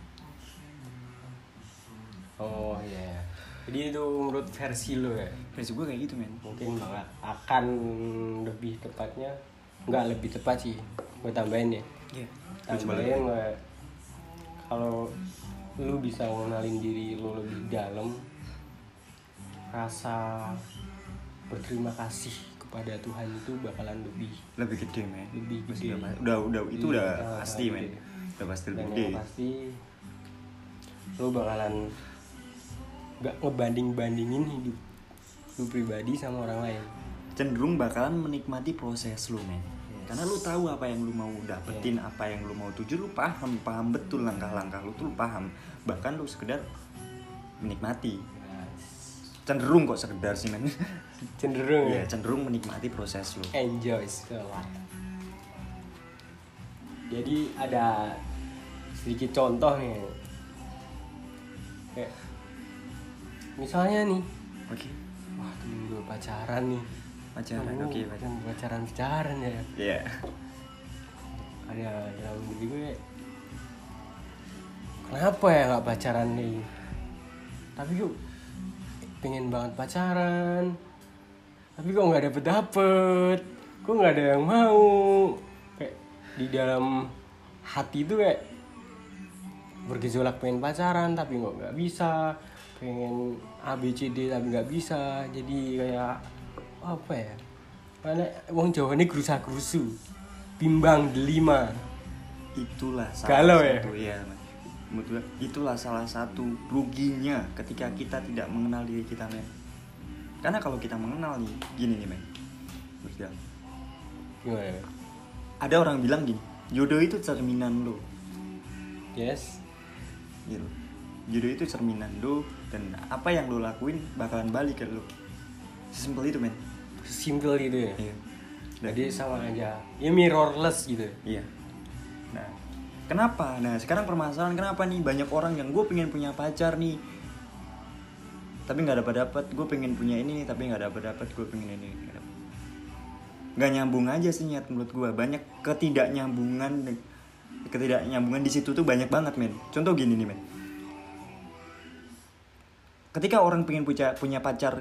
[SPEAKER 2] Oh iya. Jadi itu menurut versi lo ya?
[SPEAKER 1] Versi gue kayak gitu men.
[SPEAKER 2] Mungkin akan lebih tepatnya, nggak lebih tepat sih, gue tambahin ya.
[SPEAKER 1] Iya.
[SPEAKER 2] Tambahin kalau lu bisa mengenalin diri lu lebih dalam, rasa berterima kasih kepada Tuhan itu bakalan lebih
[SPEAKER 1] gede men.
[SPEAKER 2] Lebih gede.
[SPEAKER 1] Udah itu udah pasti men. Udah pasti lebih gede.
[SPEAKER 2] Pasti lu bakalan gak ngebanding-bandingin hidup lu pribadi sama orang lain.
[SPEAKER 1] Cenderung bakalan menikmati proses lu men. Karena lu tahu apa yang lu mau dapetin, apa yang lu mau tuju, lu paham betul langkah-langkah lu tuh lu paham. Bahkan lu sekedar menikmati. Cenderung kok sekedar sih men.
[SPEAKER 2] Cenderung
[SPEAKER 1] ya, cenderung menikmati proses lu.
[SPEAKER 2] Enjoy life. Jadi ada sedikit contoh nih. Kayak misalnya nih.
[SPEAKER 1] Oke.
[SPEAKER 2] Wah, temen gue pacaran nih.
[SPEAKER 1] Oke.
[SPEAKER 2] Pacaran ya.
[SPEAKER 1] Iya. Yeah.
[SPEAKER 2] Ada dalam diri gue. Kenapa ya nggak pacaran nih? Tapi gue pengen banget pacaran. Tapi kok nggak dapet. Kok nggak ada yang mau. Kayak di dalam hati tuh kayak bergejolak pengen pacaran tapi kok nggak bisa. Pengen ABCD tapi nggak bisa. Jadi kayak apa ya? Karena wong Jawa ini gerusa-gerusu, bimbang delima.
[SPEAKER 1] Itulah
[SPEAKER 2] salah
[SPEAKER 1] satu ya. Itulah salah satu ruginya ketika kita tidak mengenal diri kita men. Karena kalau kita mengenal nih, gini nih men.
[SPEAKER 2] Gimana?
[SPEAKER 1] Ada orang bilang gini, jodoh itu cerminan lo.
[SPEAKER 2] Yes.
[SPEAKER 1] Gitu. Jodoh itu cerminan lo, dan apa yang lo lakuin bakalan balik ke lo. Sesimpel itu men.
[SPEAKER 2] Sesimpel itu ya.
[SPEAKER 1] Iya.
[SPEAKER 2] Jadi sama aja. Ya mirrorless gitu.
[SPEAKER 1] Iya. Nah, kenapa? Nah sekarang permasalahan kenapa nih banyak orang yang gue pengen punya pacar nih, tapi nggak dapat. Gue pengen punya ini nih, tapi nggak dapat. Gue pengen ini. Nggak nyambung aja sih niat menurut gue. Banyak ketidaknyambungan di situ tuh banyak banget men. Contoh gini nih men. Ketika orang pengen punya pacar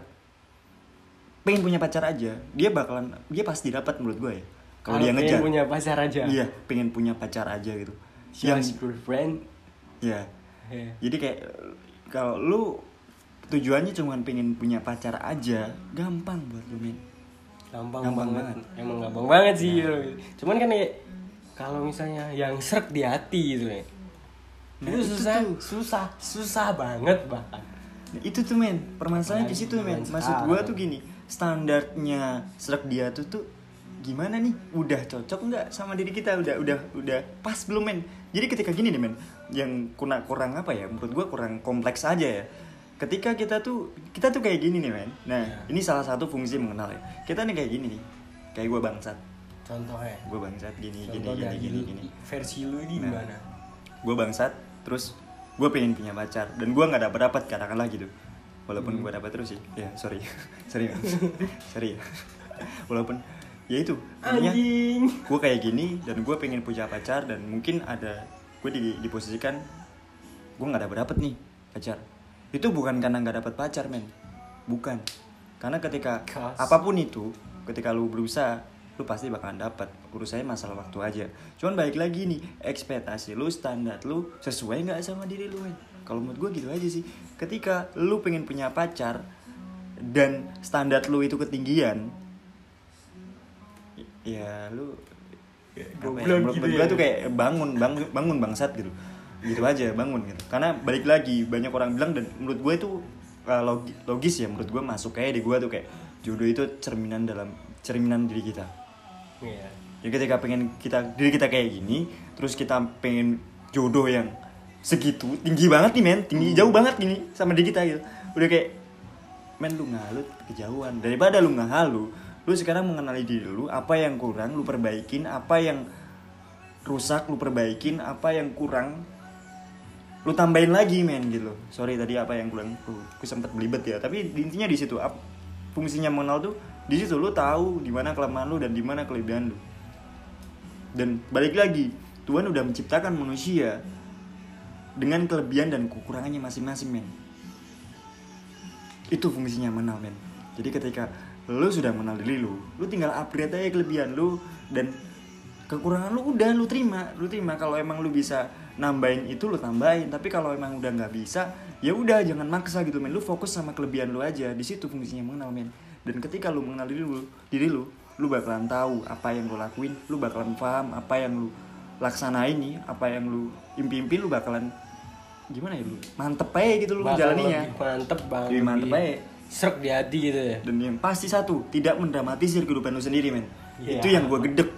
[SPEAKER 1] aja, dia pasti dapat menurut gue ya. Kalau dia ngejar.
[SPEAKER 2] Pengen punya pacar aja.
[SPEAKER 1] Iya, pengen punya pacar aja gitu.
[SPEAKER 2] Yang girlfriend.
[SPEAKER 1] Ya. Yeah. Jadi kayak kalau lu tujuannya cuma pengen punya pacar aja, gampang buat lu men.
[SPEAKER 2] Gampang banget. Emang gampang banget sih. Nah. Cuman kan ya kalau misalnya yang srek di hati gitu ya. Nah, itu susah banget bahkan.
[SPEAKER 1] Nah, itu tuh men, permasalahannya di situ men. Maksud gua tuh gini, standarnya srek dia tuh gimana nih? Udah cocok nggak sama diri kita? Udah pas belum men? Jadi ketika gini nih men, yang kurang apa ya? Menurut gue kurang kompleks aja ya. Ketika kita tuh kayak gini nih men. Nah ini salah satu fungsi mengenal ya. Kita nih kayak gini nih, kayak gue bangsat.
[SPEAKER 2] Contohnya?
[SPEAKER 1] Gue bangsat gini.
[SPEAKER 2] Versi lu ini gimana?
[SPEAKER 1] Gue bangsat, terus gue pengen punya pacar dan gue nggak dapat katakanlah gitu. Walaupun gue dapat terus sih. Ya sorry men. Sorry ya. Walaupun ya itu gue kayak gini dan gue pengen punya pacar, dan mungkin ada gue diposisikan gue nggak dapet nih pacar. Itu bukan karena nggak dapet pacar men, bukan, karena ketika apapun itu, ketika lu berusaha lu pasti bakalan dapet. Urusannya masalah waktu aja. Cuman balik lagi nih, ekspektasi lu, standar lu sesuai nggak sama diri lu men. Kalau menurut gue gitu aja sih. Ketika lu pengen punya pacar dan standar lu itu ketinggian, ya lu menurut
[SPEAKER 2] gitu
[SPEAKER 1] gue tuh kayak bangun bangsat gitu aja, bangun gitu. Karena balik lagi banyak orang bilang, dan menurut gue itu logis ya, menurut gue masuk kayak di gue tuh kayak jodoh itu cerminan diri kita.
[SPEAKER 2] Iya.
[SPEAKER 1] Jadi ketika pengen diri kita kayak gini, terus kita pengen jodoh yang segitu tinggi banget nih men, tinggi jauh banget gini sama di kita gitu. Udah kayak men lu ngalut kejauhan, daripada lu ngahalu, lu sekarang mengenali diri lu, apa yang kurang lu perbaikin, apa yang rusak lu perbaikin, apa yang kurang lu tambahin lagi men gitu. Sorry tadi apa yang kurang aku sempat belibet ya, tapi intinya di situ fungsinya mengenal tuh di situ. Lu tahu di mana kelemahan lu dan di mana kelebihan lu. Dan balik lagi, Tuhan udah menciptakan manusia dengan kelebihan dan kekurangannya masing-masing men. Itu fungsinya mengenal men. Jadi ketika lu sudah mengenal diri lu tinggal upgrade aja kelebihan lu, dan kekurangan lu udah lu terima. Kalau emang lu bisa nambahin itu lu tambahin, tapi kalau emang udah nggak bisa ya udah jangan maksa gitu men. Lu fokus sama kelebihan lu aja. Di situ fungsinya mengenal men. Dan ketika lu mengenal diri lu bakalan tahu apa yang lu lakuin, lu bakalan paham apa yang lu laksanain nih, apa yang lu impi-impi, lu bakalan gimana ya, lu mantep aja gitu lu menjalaninya.
[SPEAKER 2] Mantep banget.
[SPEAKER 1] Lebih mantep aja.
[SPEAKER 2] Serek di hati gitu ya.
[SPEAKER 1] Dan yang pasti satu, tidak mendramatisir kehidupan lu sendiri men.
[SPEAKER 2] Yeah.
[SPEAKER 1] Itu yang gue gedek.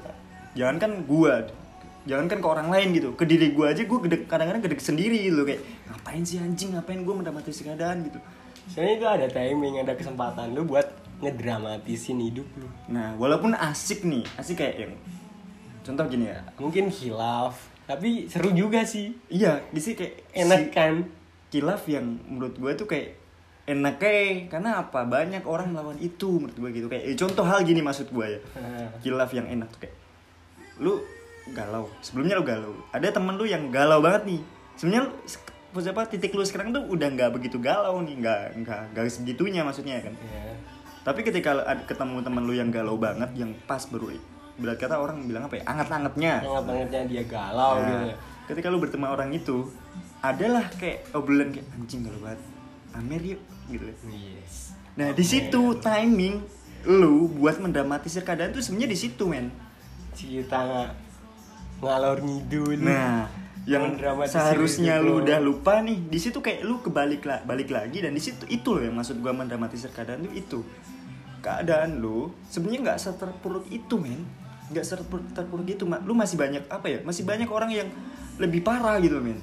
[SPEAKER 1] Jangankan ke orang lain gitu, ke diri gue aja gue gedek, kadang-kadang gedek sendiri gitu. Kayak ngapain sih anjing, ngapain gue mendramatisir keadaan gitu.
[SPEAKER 2] Sebenarnya itu ada timing, ada kesempatan lu buat ngedramatisin hidup lu.
[SPEAKER 1] Nah walaupun asik kayak yang contoh gini ya,
[SPEAKER 2] Mungkin khilaf, tapi seru juga sih.
[SPEAKER 1] iya di sini kayak
[SPEAKER 2] Enak kan?
[SPEAKER 1] Kilaf yang menurut gue tuh kayak enak kayak, karena apa, banyak orang melawan itu menurut gue gitu. Kayak contoh hal gini maksud gue ya, kilaf yang enak tuh kayak lu galau, sebelumnya lu galau, ada temen lu yang galau banget nih, sebenarnya titik lu sekarang tuh udah nggak begitu galau nih, nggak segitunya maksudnya kan. Tapi ketika ketemu temen lu yang galau banget, yang pas baru berat kata orang bilang apa ya, anget-angetnya
[SPEAKER 2] dia galau gitu.
[SPEAKER 1] Ketika lu bertemu orang itu, adalah kayak obrolan kayak anjing galau banget, Amer yuk gitu.
[SPEAKER 2] Yes.
[SPEAKER 1] Nah di situ timing lu buat mendramatisir keadaan tuh sebenarnya di situ men.
[SPEAKER 2] Kita ngalor ngidul.
[SPEAKER 1] Nah yang seharusnya lu udah lupa nih, di situ kayak lu balik lagi, dan di situ itu loh yang maksud gua mendramatisir keadaan tuh itu. Keadaan lu sebenarnya nggak seterpuruk itu men, nggak seterpuruk itu. Lu masih banyak masih banyak orang yang lebih parah gitu men.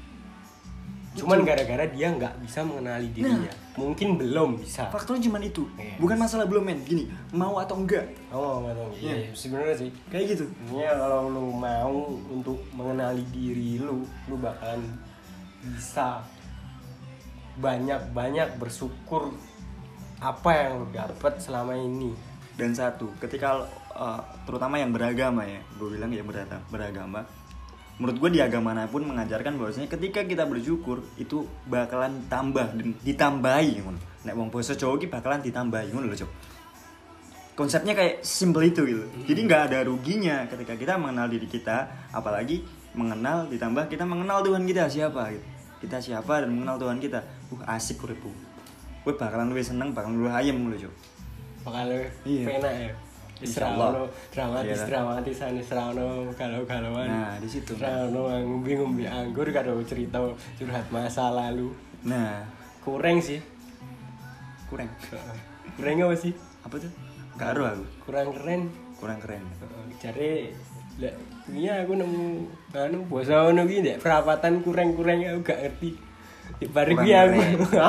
[SPEAKER 2] Cuman gara-gara dia nggak bisa mengenali dirinya. Mungkin belum bisa.
[SPEAKER 1] Faktornya cuma itu. Bukan masalah belum men, gini, mau atau enggak.
[SPEAKER 2] Nggak tahu. Iya, sebenarnya sih
[SPEAKER 1] kayak gitu.
[SPEAKER 2] Ya kalau lu mau untuk mengenali diri lu bakalan bisa banyak bersyukur apa yang lu dapat selama ini.
[SPEAKER 1] Dan satu, ketika terutama yang beragama ya, gue bilang ya beragama. Menurut gue di agama manapun mengajarkan bahwasanya ketika kita bersyukur itu bakalan tambah dan ditambahi ngono. Nek wong basa Jawa ki bakalan ditambahi ngono lho, Cok. Konsepnya kayak simple itu gitu. Jadi enggak ada ruginya ketika kita mengenal diri kita, apalagi ditambah kita mengenal Tuhan kita siapa gitu. Kita siapa dan mengenal Tuhan kita. Asik uripku. Kowe bakalan luwih seneng, bakalan luwih ayem lho, Cok.
[SPEAKER 2] Bakalan penak ya. Isra'no dramatisan Isra'no galau-galauan.
[SPEAKER 1] Nah, di situ.
[SPEAKER 2] Isra'no ngombe anggur karo cerita curhat masa lalu.
[SPEAKER 1] Nah,
[SPEAKER 2] kurang sih. Kurang apa sih?
[SPEAKER 1] Apa tuh? Gak aru aku.
[SPEAKER 2] Kurang keren. Jare lek iya aku nemu basa ngono ki ndek perapatan kurang aku gak ngerti. Bareng ki aku.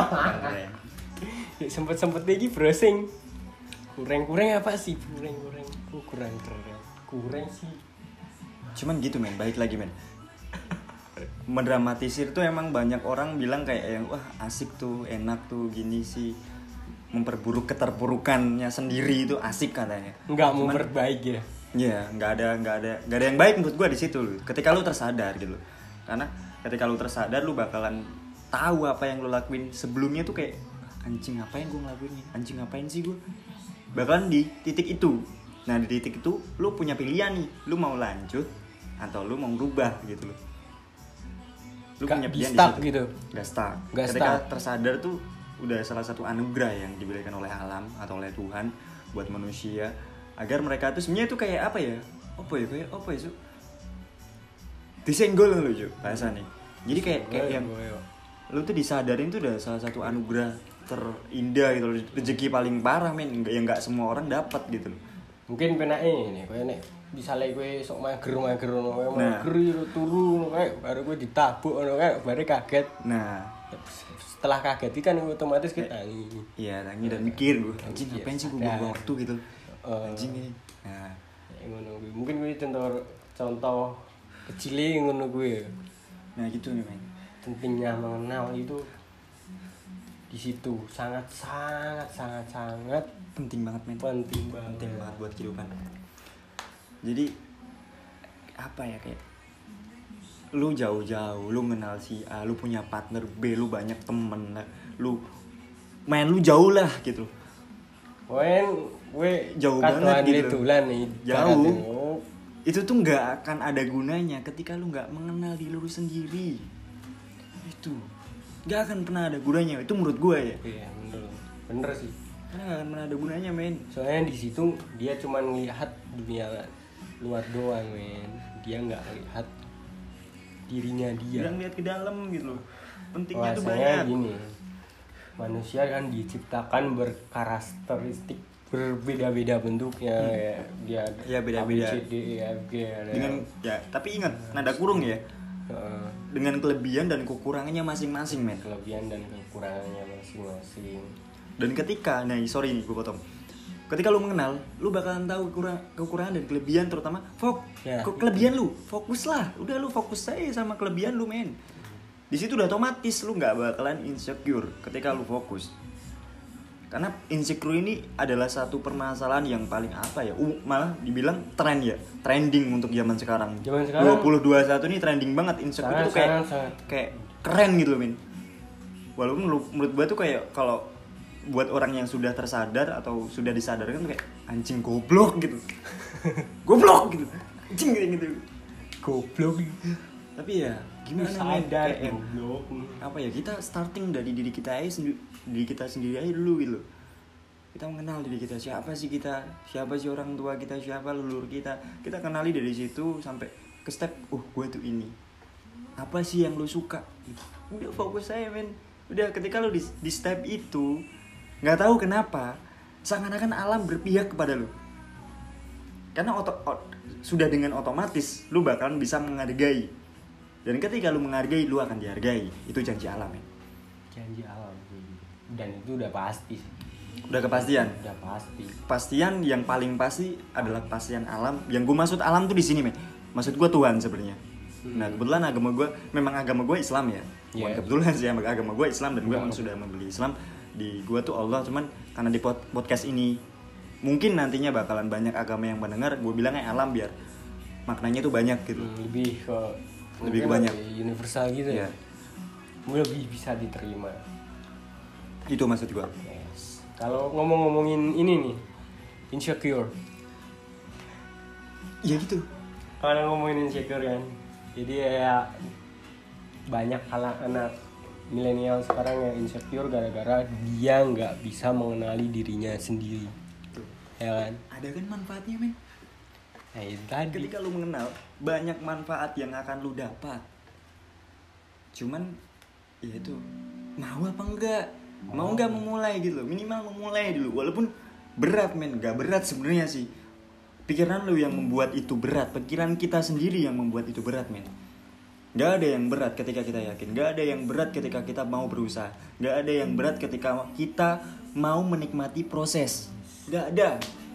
[SPEAKER 2] Sempet iki browsing. Kurang apa sih? Kurang keren. Kurang sih.
[SPEAKER 1] Cuman gitu men, balik lagi men. Mendramatisir tuh emang banyak orang bilang kayak yang wah asik tuh, enak tuh gini sih. Memperburuk keterpurukannya sendiri itu asik katanya.
[SPEAKER 2] Enggak memperbaiki ya.
[SPEAKER 1] Iya, enggak ada yang baik menurut gua di situ loh. Ketika lu tersadar gitu loh. Karena ketika lu tersadar lu bakalan tahu apa yang lu lakuin sebelumnya tuh kayak anjing ngapain gua ngelakuin ini? Anjing ngapain sih gua? Bakalan di titik itu. Nah di titik itu lu punya pilihan nih, lu mau lanjut atau lu mau berubah gitu loh. Lu punya pilihan di situ
[SPEAKER 2] gitu.
[SPEAKER 1] Gak stuck. Ketika tersadar tuh udah salah satu anugerah yang diberikan oleh alam atau oleh Tuhan buat manusia agar mereka tuh sebenarnya tuh kayak apa ya su disenggol lu Jo bahasa nih. Jadi kayak yang lu tuh disadarin tuh udah salah satu anugerah terindah gitu, rezeki paling parah men, yang nggak semua orang dapat gitu loh.
[SPEAKER 2] Mungkin penake ini koyo nek misalnya gue sok mager itu turu kayak baru gue ditabuk kayak baru kaget.
[SPEAKER 1] Nah,
[SPEAKER 2] setelah kaget kan otomatis kita tangi.
[SPEAKER 1] Iya, tangi dan mikir gue. Anjing ngapain sih gue buang waktu gitu. Anjing ini. Nah,
[SPEAKER 2] ngono gue. Mungkin gue contoh kecilnya ngono gue.
[SPEAKER 1] Nah, gitu nih, men.
[SPEAKER 2] Pentingnya mengenal itu di situ sangat
[SPEAKER 1] penting banget, men.
[SPEAKER 2] Penting banget
[SPEAKER 1] buat kehidupan. Jadi apa ya, kayak lu jauh-jauh lu kenal si A, lu punya partner B, lu banyak temen, lu main lu jauh lah gitu.
[SPEAKER 2] Gue
[SPEAKER 1] jauh banget gitu.
[SPEAKER 2] Nih,
[SPEAKER 1] jauh. Itu tuh nggak akan ada gunanya ketika lu nggak mengenal diri lu sendiri. Itu nggak akan pernah ada gunanya. Itu menurut gue ya.
[SPEAKER 2] Iya, bener sih.
[SPEAKER 1] Karena nggak akan pernah ada gunanya, men.
[SPEAKER 2] Soalnya di situ dia cuma melihat dunia luar doang, men. Dia nggak lihat dirinya dia.
[SPEAKER 1] Dia ngeliat ke dalam gitu loh. Pentingnya tuh banyak.
[SPEAKER 2] Gini, manusia kan diciptakan berkarakteristik berbeda-beda bentuknya, dia
[SPEAKER 1] beda-beda.
[SPEAKER 2] A, B, C, D, E, F, G.
[SPEAKER 1] Dengan ya, tapi ingat nada kurung ya. Dengan kelebihan dan kekurangannya masing-masing, men.
[SPEAKER 2] Kelebihan dan kekurangannya masing-masing. Dan
[SPEAKER 1] ketika, sorry nih gue potong. Ketika lu mengenal, lu bakalan tahu kekurangan dan kelebihan, terutama kelebihan lu. Fokuslah, udah lu fokus aja sama kelebihan lu, men. Di situ udah otomatis lu nggak bakalan insecure ketika lu fokus. Karena insecure ini adalah satu permasalahan yang paling malah dibilang trending untuk zaman sekarang. 2021 ini trending banget insecure itu kayak keren gitu loh, men. Walaupun menurut gua tuh kayak kalau buat orang yang sudah tersadar atau sudah disadarkan kayak anjing goblok gitu. Goblok gitu. Anjing gitu.
[SPEAKER 2] Goblok.
[SPEAKER 1] Tapi ya gimana
[SPEAKER 2] sadar
[SPEAKER 1] goblok. Apa ya, kita starting dari diri kita sendiri aja dulu gitu. Kita mengenal diri kita, siapa sih orang tua kita, siapa leluhur kita. Kita kenali dari situ sampai ke step gue tuh ini. Apa sih yang lu suka? Udah fokus aja, men. Udah ketika lu di step itu, nggak tahu kenapa seakan-akan alam berpihak kepada lu. Karena sudah dengan otomatis lu bakalan bisa menghargai. Dan ketika lu menghargai, lu akan dihargai. Itu janji alam, men.
[SPEAKER 2] Janji alam. Dan itu udah pasti.
[SPEAKER 1] Udah kepastian.
[SPEAKER 2] Udah pasti.
[SPEAKER 1] Pastian yang paling pasti adalah pastian alam. Yang gue maksud alam tuh di sini, men. Maksud gue Tuhan sebenarnya. Nah, kebetulan agama gue Islam ya.
[SPEAKER 2] Yeah.
[SPEAKER 1] Kebetulan sih agama gue Islam dan gue memang sudah membeli Islam. Di gue tuh Allah, cuman karena di podcast ini mungkin nantinya bakalan banyak agama yang mendengar, gue bilangnya alam biar maknanya tuh banyak gitu.
[SPEAKER 2] Lebih ke
[SPEAKER 1] banyak
[SPEAKER 2] universal gitu ya. Lebih bisa diterima.
[SPEAKER 1] Itu maksud gue.
[SPEAKER 2] Yes. Kalau ngomongin ini nih, insecure.
[SPEAKER 1] Ya gitu.
[SPEAKER 2] Kalau ngomongin insecure kan, jadi ya banyak anak milenial sekarang yang insecure gara-gara dia nggak bisa mengenali dirinya sendiri. Ya kan?
[SPEAKER 1] Ada kan manfaatnya, men.
[SPEAKER 2] Nah, itu tadi.
[SPEAKER 1] Ketika lu mengenal, banyak manfaat yang akan lu dapat. Cuman ya itu, mau apa enggak? Mau enggak memulai gitu loh. Minimal memulai dulu. Walaupun berat, men. Gak berat sebenarnya sih. Pikiran lu yang membuat itu berat. Pikiran kita sendiri yang membuat itu berat, men. Gak ada yang berat ketika kita yakin. Gak ada yang berat ketika kita mau berusaha. Gak ada yang berat ketika kita mau menikmati proses. Gak ada.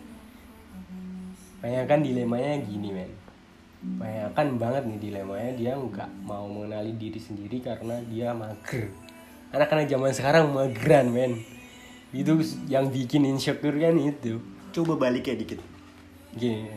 [SPEAKER 2] Banyak kan dilemanya gini, men. Banyak kan banget nih dilemanya, dia nggak mau mengenali diri sendiri karena dia mager. Anak-anak zaman sekarang mageran, men. Itu yang bikin insecure kan itu.
[SPEAKER 1] Coba balik ya dikit.
[SPEAKER 2] Gini.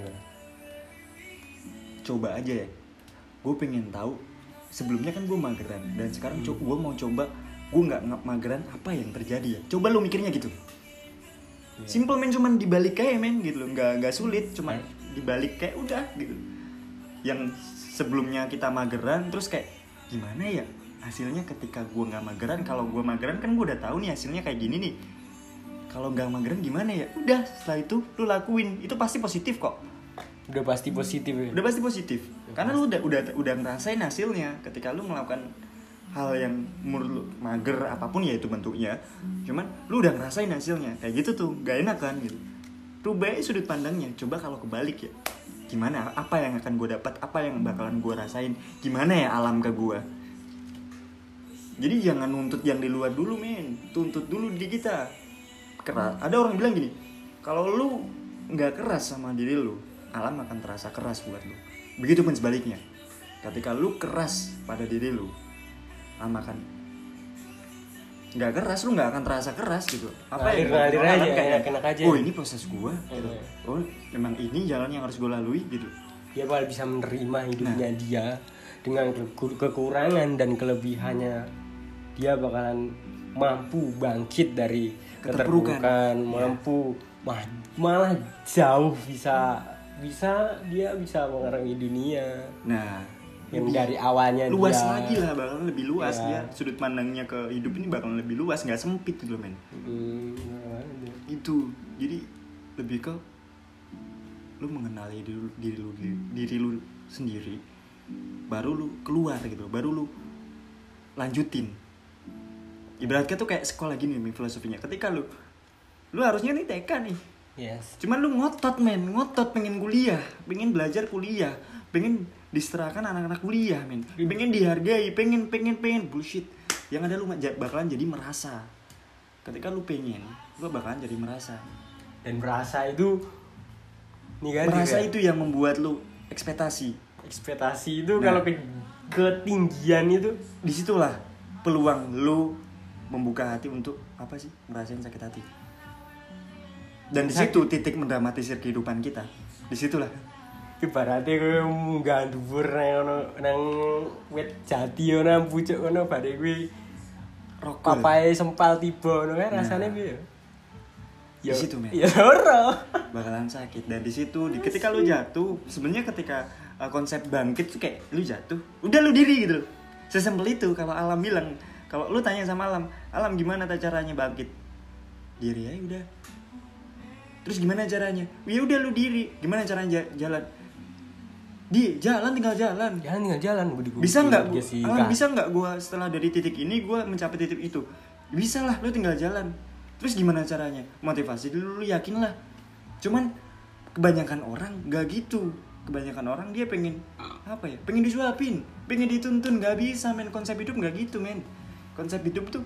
[SPEAKER 1] Coba aja ya. Gue pengen tahu. Sebelumnya kan gue mageran. Dan sekarang gue mau coba. Gue gak mageran, apa yang terjadi ya. Coba lo mikirnya gitu. Simple, men. Cuman dibalik kayak, men, gitu loh. Gak sulit. Cuman dibalik kayak udah gitu. Yang sebelumnya kita mageran. Terus kayak gimana ya hasilnya ketika gue gak mageran. Kalau gue mageran kan gue udah tahu nih hasilnya kayak gini nih. Kalau gak mageran gimana ya. Udah, setelah itu lo lakuin. Itu pasti positif kok.
[SPEAKER 2] Udah pasti positif ya?
[SPEAKER 1] Udah pasti positif. Karena lu udah ngerasain hasilnya ketika lu melakukan hal yang menurut lu mager apapun ya itu bentuknya. Cuman lu udah ngerasain hasilnya. Kayak gitu tuh, gak enak kan gitu. Rubah sudut pandangnya. Coba kalau kebalik ya. gimana, apa yang akan gue dapat, apa yang bakalan gue rasain, gimana ya alam ke gue. Jadi jangan nuntut yang di luar dulu men, tuntut dulu diri kita. Keras. Ada orang bilang gini, kalau lu nggak keras sama diri lu, alam akan terasa keras buat lu. Begitupun sebaliknya, ketika lu keras pada diri lu, alam akan nggak keras, lu nggak akan terasa keras gitu. Apa
[SPEAKER 2] ngalir aja,
[SPEAKER 1] kayak
[SPEAKER 2] enak aja.
[SPEAKER 1] Oh ini proses gua gitu. Oh memang ini jalan yang harus gua lalui gitu.
[SPEAKER 2] Dia bakal bisa menerima hidupnya dia dengan kekurangan dan kelebihannya. Dia bakalan mampu bangkit dari keterpurukan, mampu malah jauh bisa dia bisa mengarungi dunia.
[SPEAKER 1] Nah,
[SPEAKER 2] yang dari awalnya
[SPEAKER 1] luas
[SPEAKER 2] dia,
[SPEAKER 1] lagi lah, bakalan lebih luas dia. Sudut pandangnya ke hidup ini bakalan lebih luas, nggak sempit gitu men. Itu jadi lebih ke lu mengenali diri lu sendiri, baru lu keluar gitu, baru lu lanjutin. Ibaratnya tuh kayak sekolah gini nih filosofinya. Ketika lu harusnya nih TK nih.
[SPEAKER 2] Yes.
[SPEAKER 1] Cuman lu ngotot pengen kuliah, pengen belajar kuliah, pengen diserahkan anak-anak kuliah men, pengen dihargai, pengen bullshit. Yang ada lu bakalan jadi merasa. Ketika lu pengen, lu bakalan jadi merasa.
[SPEAKER 2] Dan merasa itu negatif.
[SPEAKER 1] Merasa
[SPEAKER 2] ya?
[SPEAKER 1] itu yang membuat lu ekspektasi
[SPEAKER 2] itu kalau ketinggian itu,
[SPEAKER 1] disitulah peluang lu membuka hati untuk apa sih, ngerasain sakit hati. Dan di situ titik mendramatisir kehidupan kita. Disitulah.
[SPEAKER 2] Ibaratnya kowe munggah dhuwur nang wit jati ana pucuk ana bare kowe
[SPEAKER 1] rokok.
[SPEAKER 2] papae sempal tiba ngono kan rasane piye?
[SPEAKER 1] Di situ men.
[SPEAKER 2] Ya ora.
[SPEAKER 1] Bakalan sakit. Dan di situ ketika lu jatuh, sebenarnya ketika konsep bangkit tuh kayak lu jatuh, udah lu diri gitu. Sesimpel itu. Kalau alam bilang, kalau lu tanya sama alam gimana caranya bangkit? Diri aja udah. Terus gimana caranya? Ya udah lu diri. Gimana caranya jalan? Tinggal jalan. Bisa nggak? Bisa nggak gue setelah dari titik ini gue mencapai titik itu? Bisa lah, lu tinggal jalan. Terus gimana caranya? Motivasi dulu, lu yakin lah. Cuman kebanyakan orang nggak gitu. Kebanyakan orang dia pengen apa ya? Pengen disuapin, pengen dituntun. Nggak bisa men, konsep hidup nggak gitu men. Konsep hidup tuh,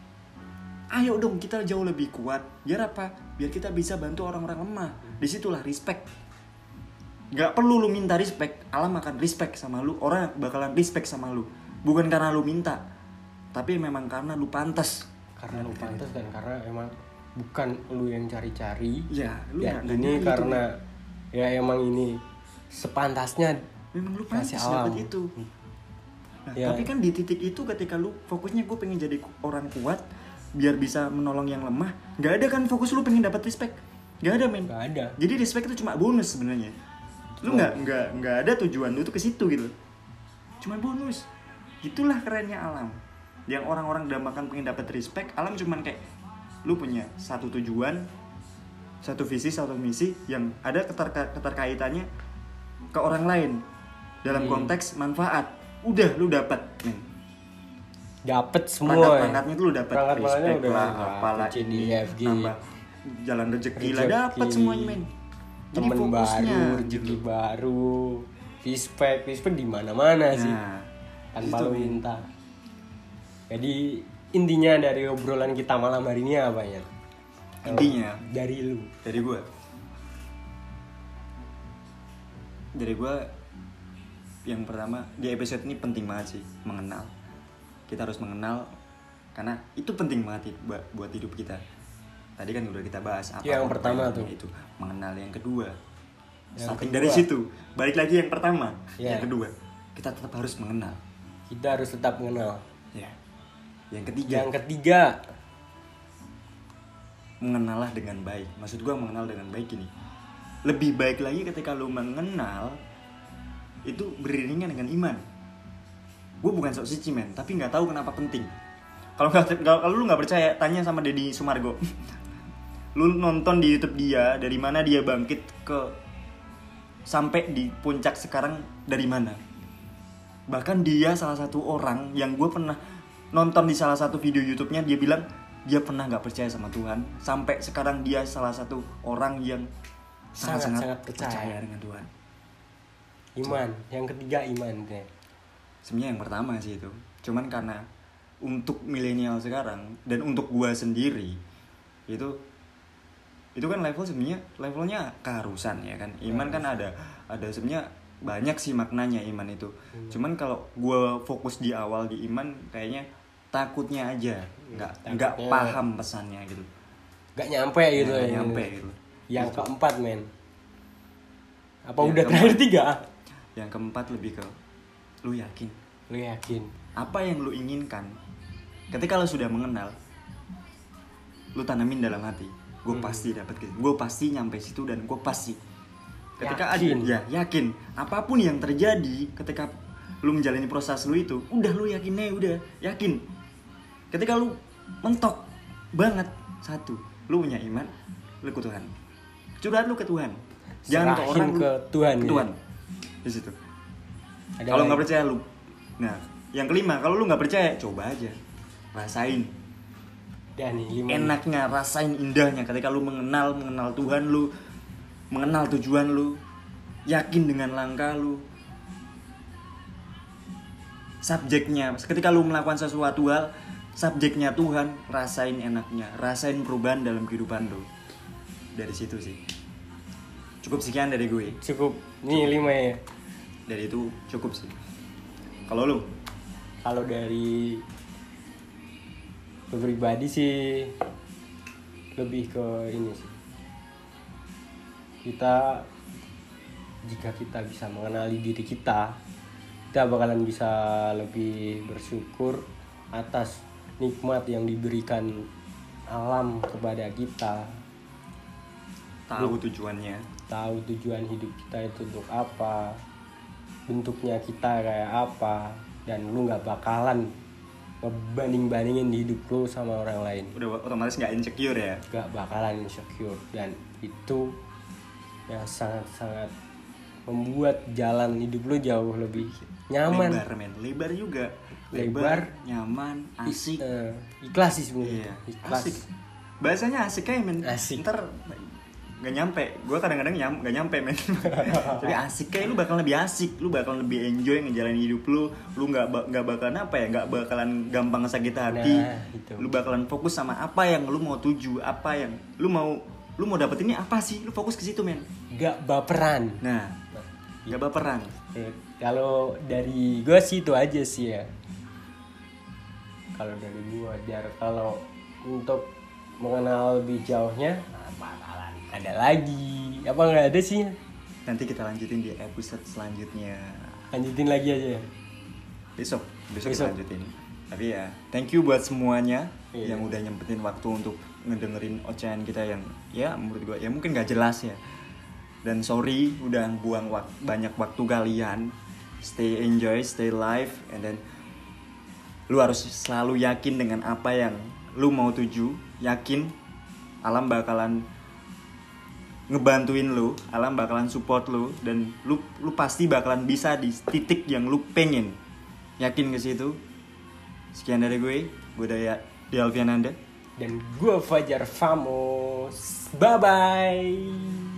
[SPEAKER 1] ayo dong kita jauh lebih kuat. Biar apa? Biar kita bisa bantu orang-orang lemah. Disitulah respect. Gak perlu lu minta respect, alam akan respect sama lu. Orang bakalan respect sama lu. Bukan karena lu minta, tapi memang karena lu pantas.
[SPEAKER 2] Karena lu pantas dan karena emang bukan lu yang cari-cari.
[SPEAKER 1] Ya, lu
[SPEAKER 2] ya, ini karena itu. Ya emang ini sepantasnya.
[SPEAKER 1] Memang lu pantas dapat itu. Nah, ya. Tapi kan di titik itu ketika lu fokusnya gue pengen jadi orang kuat biar bisa menolong yang lemah, nggak ada kan fokus lu pengen dapat respect, nggak ada men.
[SPEAKER 2] Nggak ada.
[SPEAKER 1] Jadi respect itu cuma bonus sebenarnya. Lu nggak ada tujuan lu tuh ke situ gitu, cuma bonus. Itulah kerennya alam. Yang orang-orang dambakan pengen dapat respect, alam cuman kayak lu punya satu tujuan, satu visi, satu misi yang ada keterkaitannya ke orang lain dalam konteks manfaat. Udah lu dapat men.
[SPEAKER 2] Dapat semua.
[SPEAKER 1] Perangkat-perangkatnya tuh lu dapat respect lah, apalah ini, tambah jalan rezeki lah, dapat semuanya men. Jadi
[SPEAKER 2] temen baru, rezeki baru, respect di mana-mana sih. Tanpa lu minta. Jadi intinya dari obrolan kita malam hari ini apa ya?
[SPEAKER 1] Intinya
[SPEAKER 2] dari lu,
[SPEAKER 1] dari gue yang pertama di episode ini penting banget sih mengenal. Kita harus mengenal karena itu penting banget buat hidup kita. Tadi kan udah kita bahas apa
[SPEAKER 2] yang pertama tuh
[SPEAKER 1] itu mengenal. Yang kedua starting dari situ balik lagi yang pertama. Yang kedua kita tetap harus mengenal.
[SPEAKER 2] Kita harus tetap mengenal.
[SPEAKER 1] Ya. Yang ketiga mengenallah dengan baik. Maksud gue mengenal dengan baik ini lebih baik lagi ketika lu mengenal itu beriringan dengan iman. Gue bukan sok suci men, tapi nggak tahu kenapa penting. Kalau lu nggak percaya, tanya sama Deddy Sumargo. Lu nonton di YouTube dia, dari mana dia bangkit ke sampai di puncak sekarang dari mana. Bahkan dia salah satu orang yang gue pernah nonton di salah satu video YouTube-nya, dia bilang dia pernah nggak percaya sama Tuhan, sampai sekarang dia salah satu orang yang sangat percaya dengan Tuhan.
[SPEAKER 2] Iman. Yang ketiga iman deh.
[SPEAKER 1] Sebenarnya yang pertama sih itu. Cuman karena untuk milenial sekarang dan untuk gua sendiri itu kan levelnya keharusan ya kan. Iman kan ada sebenarnya banyak sih maknanya iman itu. Cuman kalau gua fokus di awal di iman kayaknya takutnya aja nggak paham pesannya gitu.
[SPEAKER 2] Nggak nyampe gitu
[SPEAKER 1] Nggak nyampe gitu.
[SPEAKER 2] Yang
[SPEAKER 1] Gitu.
[SPEAKER 2] keempat men. Apa
[SPEAKER 1] Yang
[SPEAKER 2] udah
[SPEAKER 1] keempat.
[SPEAKER 2] terakhir 3?
[SPEAKER 1] Yang keempat lebih ke lu yakin
[SPEAKER 2] Lu yakin?
[SPEAKER 1] apa yang lu inginkan ketika lu sudah mengenal, lu tanamin dalam hati. Gue pasti dapat gitu. Gue pasti nyampe situ dan gue pasti ketika
[SPEAKER 2] Yakin.
[SPEAKER 1] yakin apapun yang terjadi ketika lu menjalani proses lu itu, udah lu yakinnya udah yakin. Ketika lu mentok banget satu, lu punya iman, lu ke Tuhan. Curhat lu ke Tuhan. Jangan ke
[SPEAKER 2] Serahin
[SPEAKER 1] orang,
[SPEAKER 2] ke Tuhan,
[SPEAKER 1] ke
[SPEAKER 2] ya.
[SPEAKER 1] Tuhan. Di situ.
[SPEAKER 2] Ada
[SPEAKER 1] Kalau
[SPEAKER 2] lagi?
[SPEAKER 1] nggak percaya lu. Nah, yang kelima, kalau lu nggak percaya, coba aja, rasain.
[SPEAKER 2] Dan nih 5.
[SPEAKER 1] Enaknya, rasain indahnya ketika lu mengenal Tuhan lu, mengenal tujuan lu, yakin dengan langkah lu. Subjeknya, ketika lu melakukan sesuatu hal, subjeknya Tuhan, rasain enaknya, rasain perubahan dalam kehidupan lu. Dari situ sih. Cukup sekian dari gue.
[SPEAKER 2] Cukup. Nih 5 ya.
[SPEAKER 1] Dari itu cukup sih. Kalau lu?
[SPEAKER 2] Kalau dari pribadi sih lebih ke ini sih. Jika kita bisa mengenali diri kita bakalan bisa lebih bersyukur atas nikmat yang diberikan alam kepada kita.
[SPEAKER 1] Tahu tujuannya.
[SPEAKER 2] Tahu tujuan hidup kita itu untuk apa, bentuknya kita kayak apa, dan lu nggak bakalan ngebanding-bandingin hidup lu sama orang lain.
[SPEAKER 1] Udah otomatis nggak insecure ya.
[SPEAKER 2] Gak bakalan insecure, dan itu ya sangat-sangat membuat jalan hidup lu jauh lebih nyaman.
[SPEAKER 1] Lebar men, lebar juga.
[SPEAKER 2] Lebar,
[SPEAKER 1] nyaman, asik.
[SPEAKER 2] Ikhlas sih sebenarnya.
[SPEAKER 1] Iya,
[SPEAKER 2] Ikhlas.
[SPEAKER 1] asik. Bahasanya asik kayak men.
[SPEAKER 2] Asik.
[SPEAKER 1] Ntar nggak nyampe. Gue kadang-kadang nggak nyampe men. Jadi asik kayak lu bakal lebih asik, lu bakal lebih enjoy ngejalanin hidup lu. Lu nggak bakalan apa ya, nggak bakalan gampang sakit hati.
[SPEAKER 2] Nah, itu.
[SPEAKER 1] Lu bakalan fokus sama apa yang lu mau tuju, apa yang lu mau dapetin ini apa sih? Lu fokus ke situ men.
[SPEAKER 2] Gak baperan.
[SPEAKER 1] Nah, nggak baperan.
[SPEAKER 2] Kalau dari gue sih itu aja sih ya. Kalau dari gue, kalau untuk mengenal lebih jauhnya bakalan ada lagi. Apa nggak ada sih?
[SPEAKER 1] Nanti kita lanjutin di episode selanjutnya.
[SPEAKER 2] Lanjutin lagi aja.
[SPEAKER 1] Besok kita lanjutin. Tapi ya, thank you buat semuanya yang udah nyempetin waktu untuk ngedengerin ocehan kita yang ya menurut gue ya mungkin gak jelas ya. Dan sorry udah buang banyak waktu kalian. Stay enjoy, stay live, and then lu harus selalu yakin dengan apa yang lu mau tuju. Yakin alam bakalan ngebantuin lu, alam bakalan support lu, dan lu pasti bakalan bisa di titik yang lu pengen. Yakin ke situ. Sekian dari gue Daya Alfiananda.
[SPEAKER 2] Dan gue Fajar Famos. Bye bye.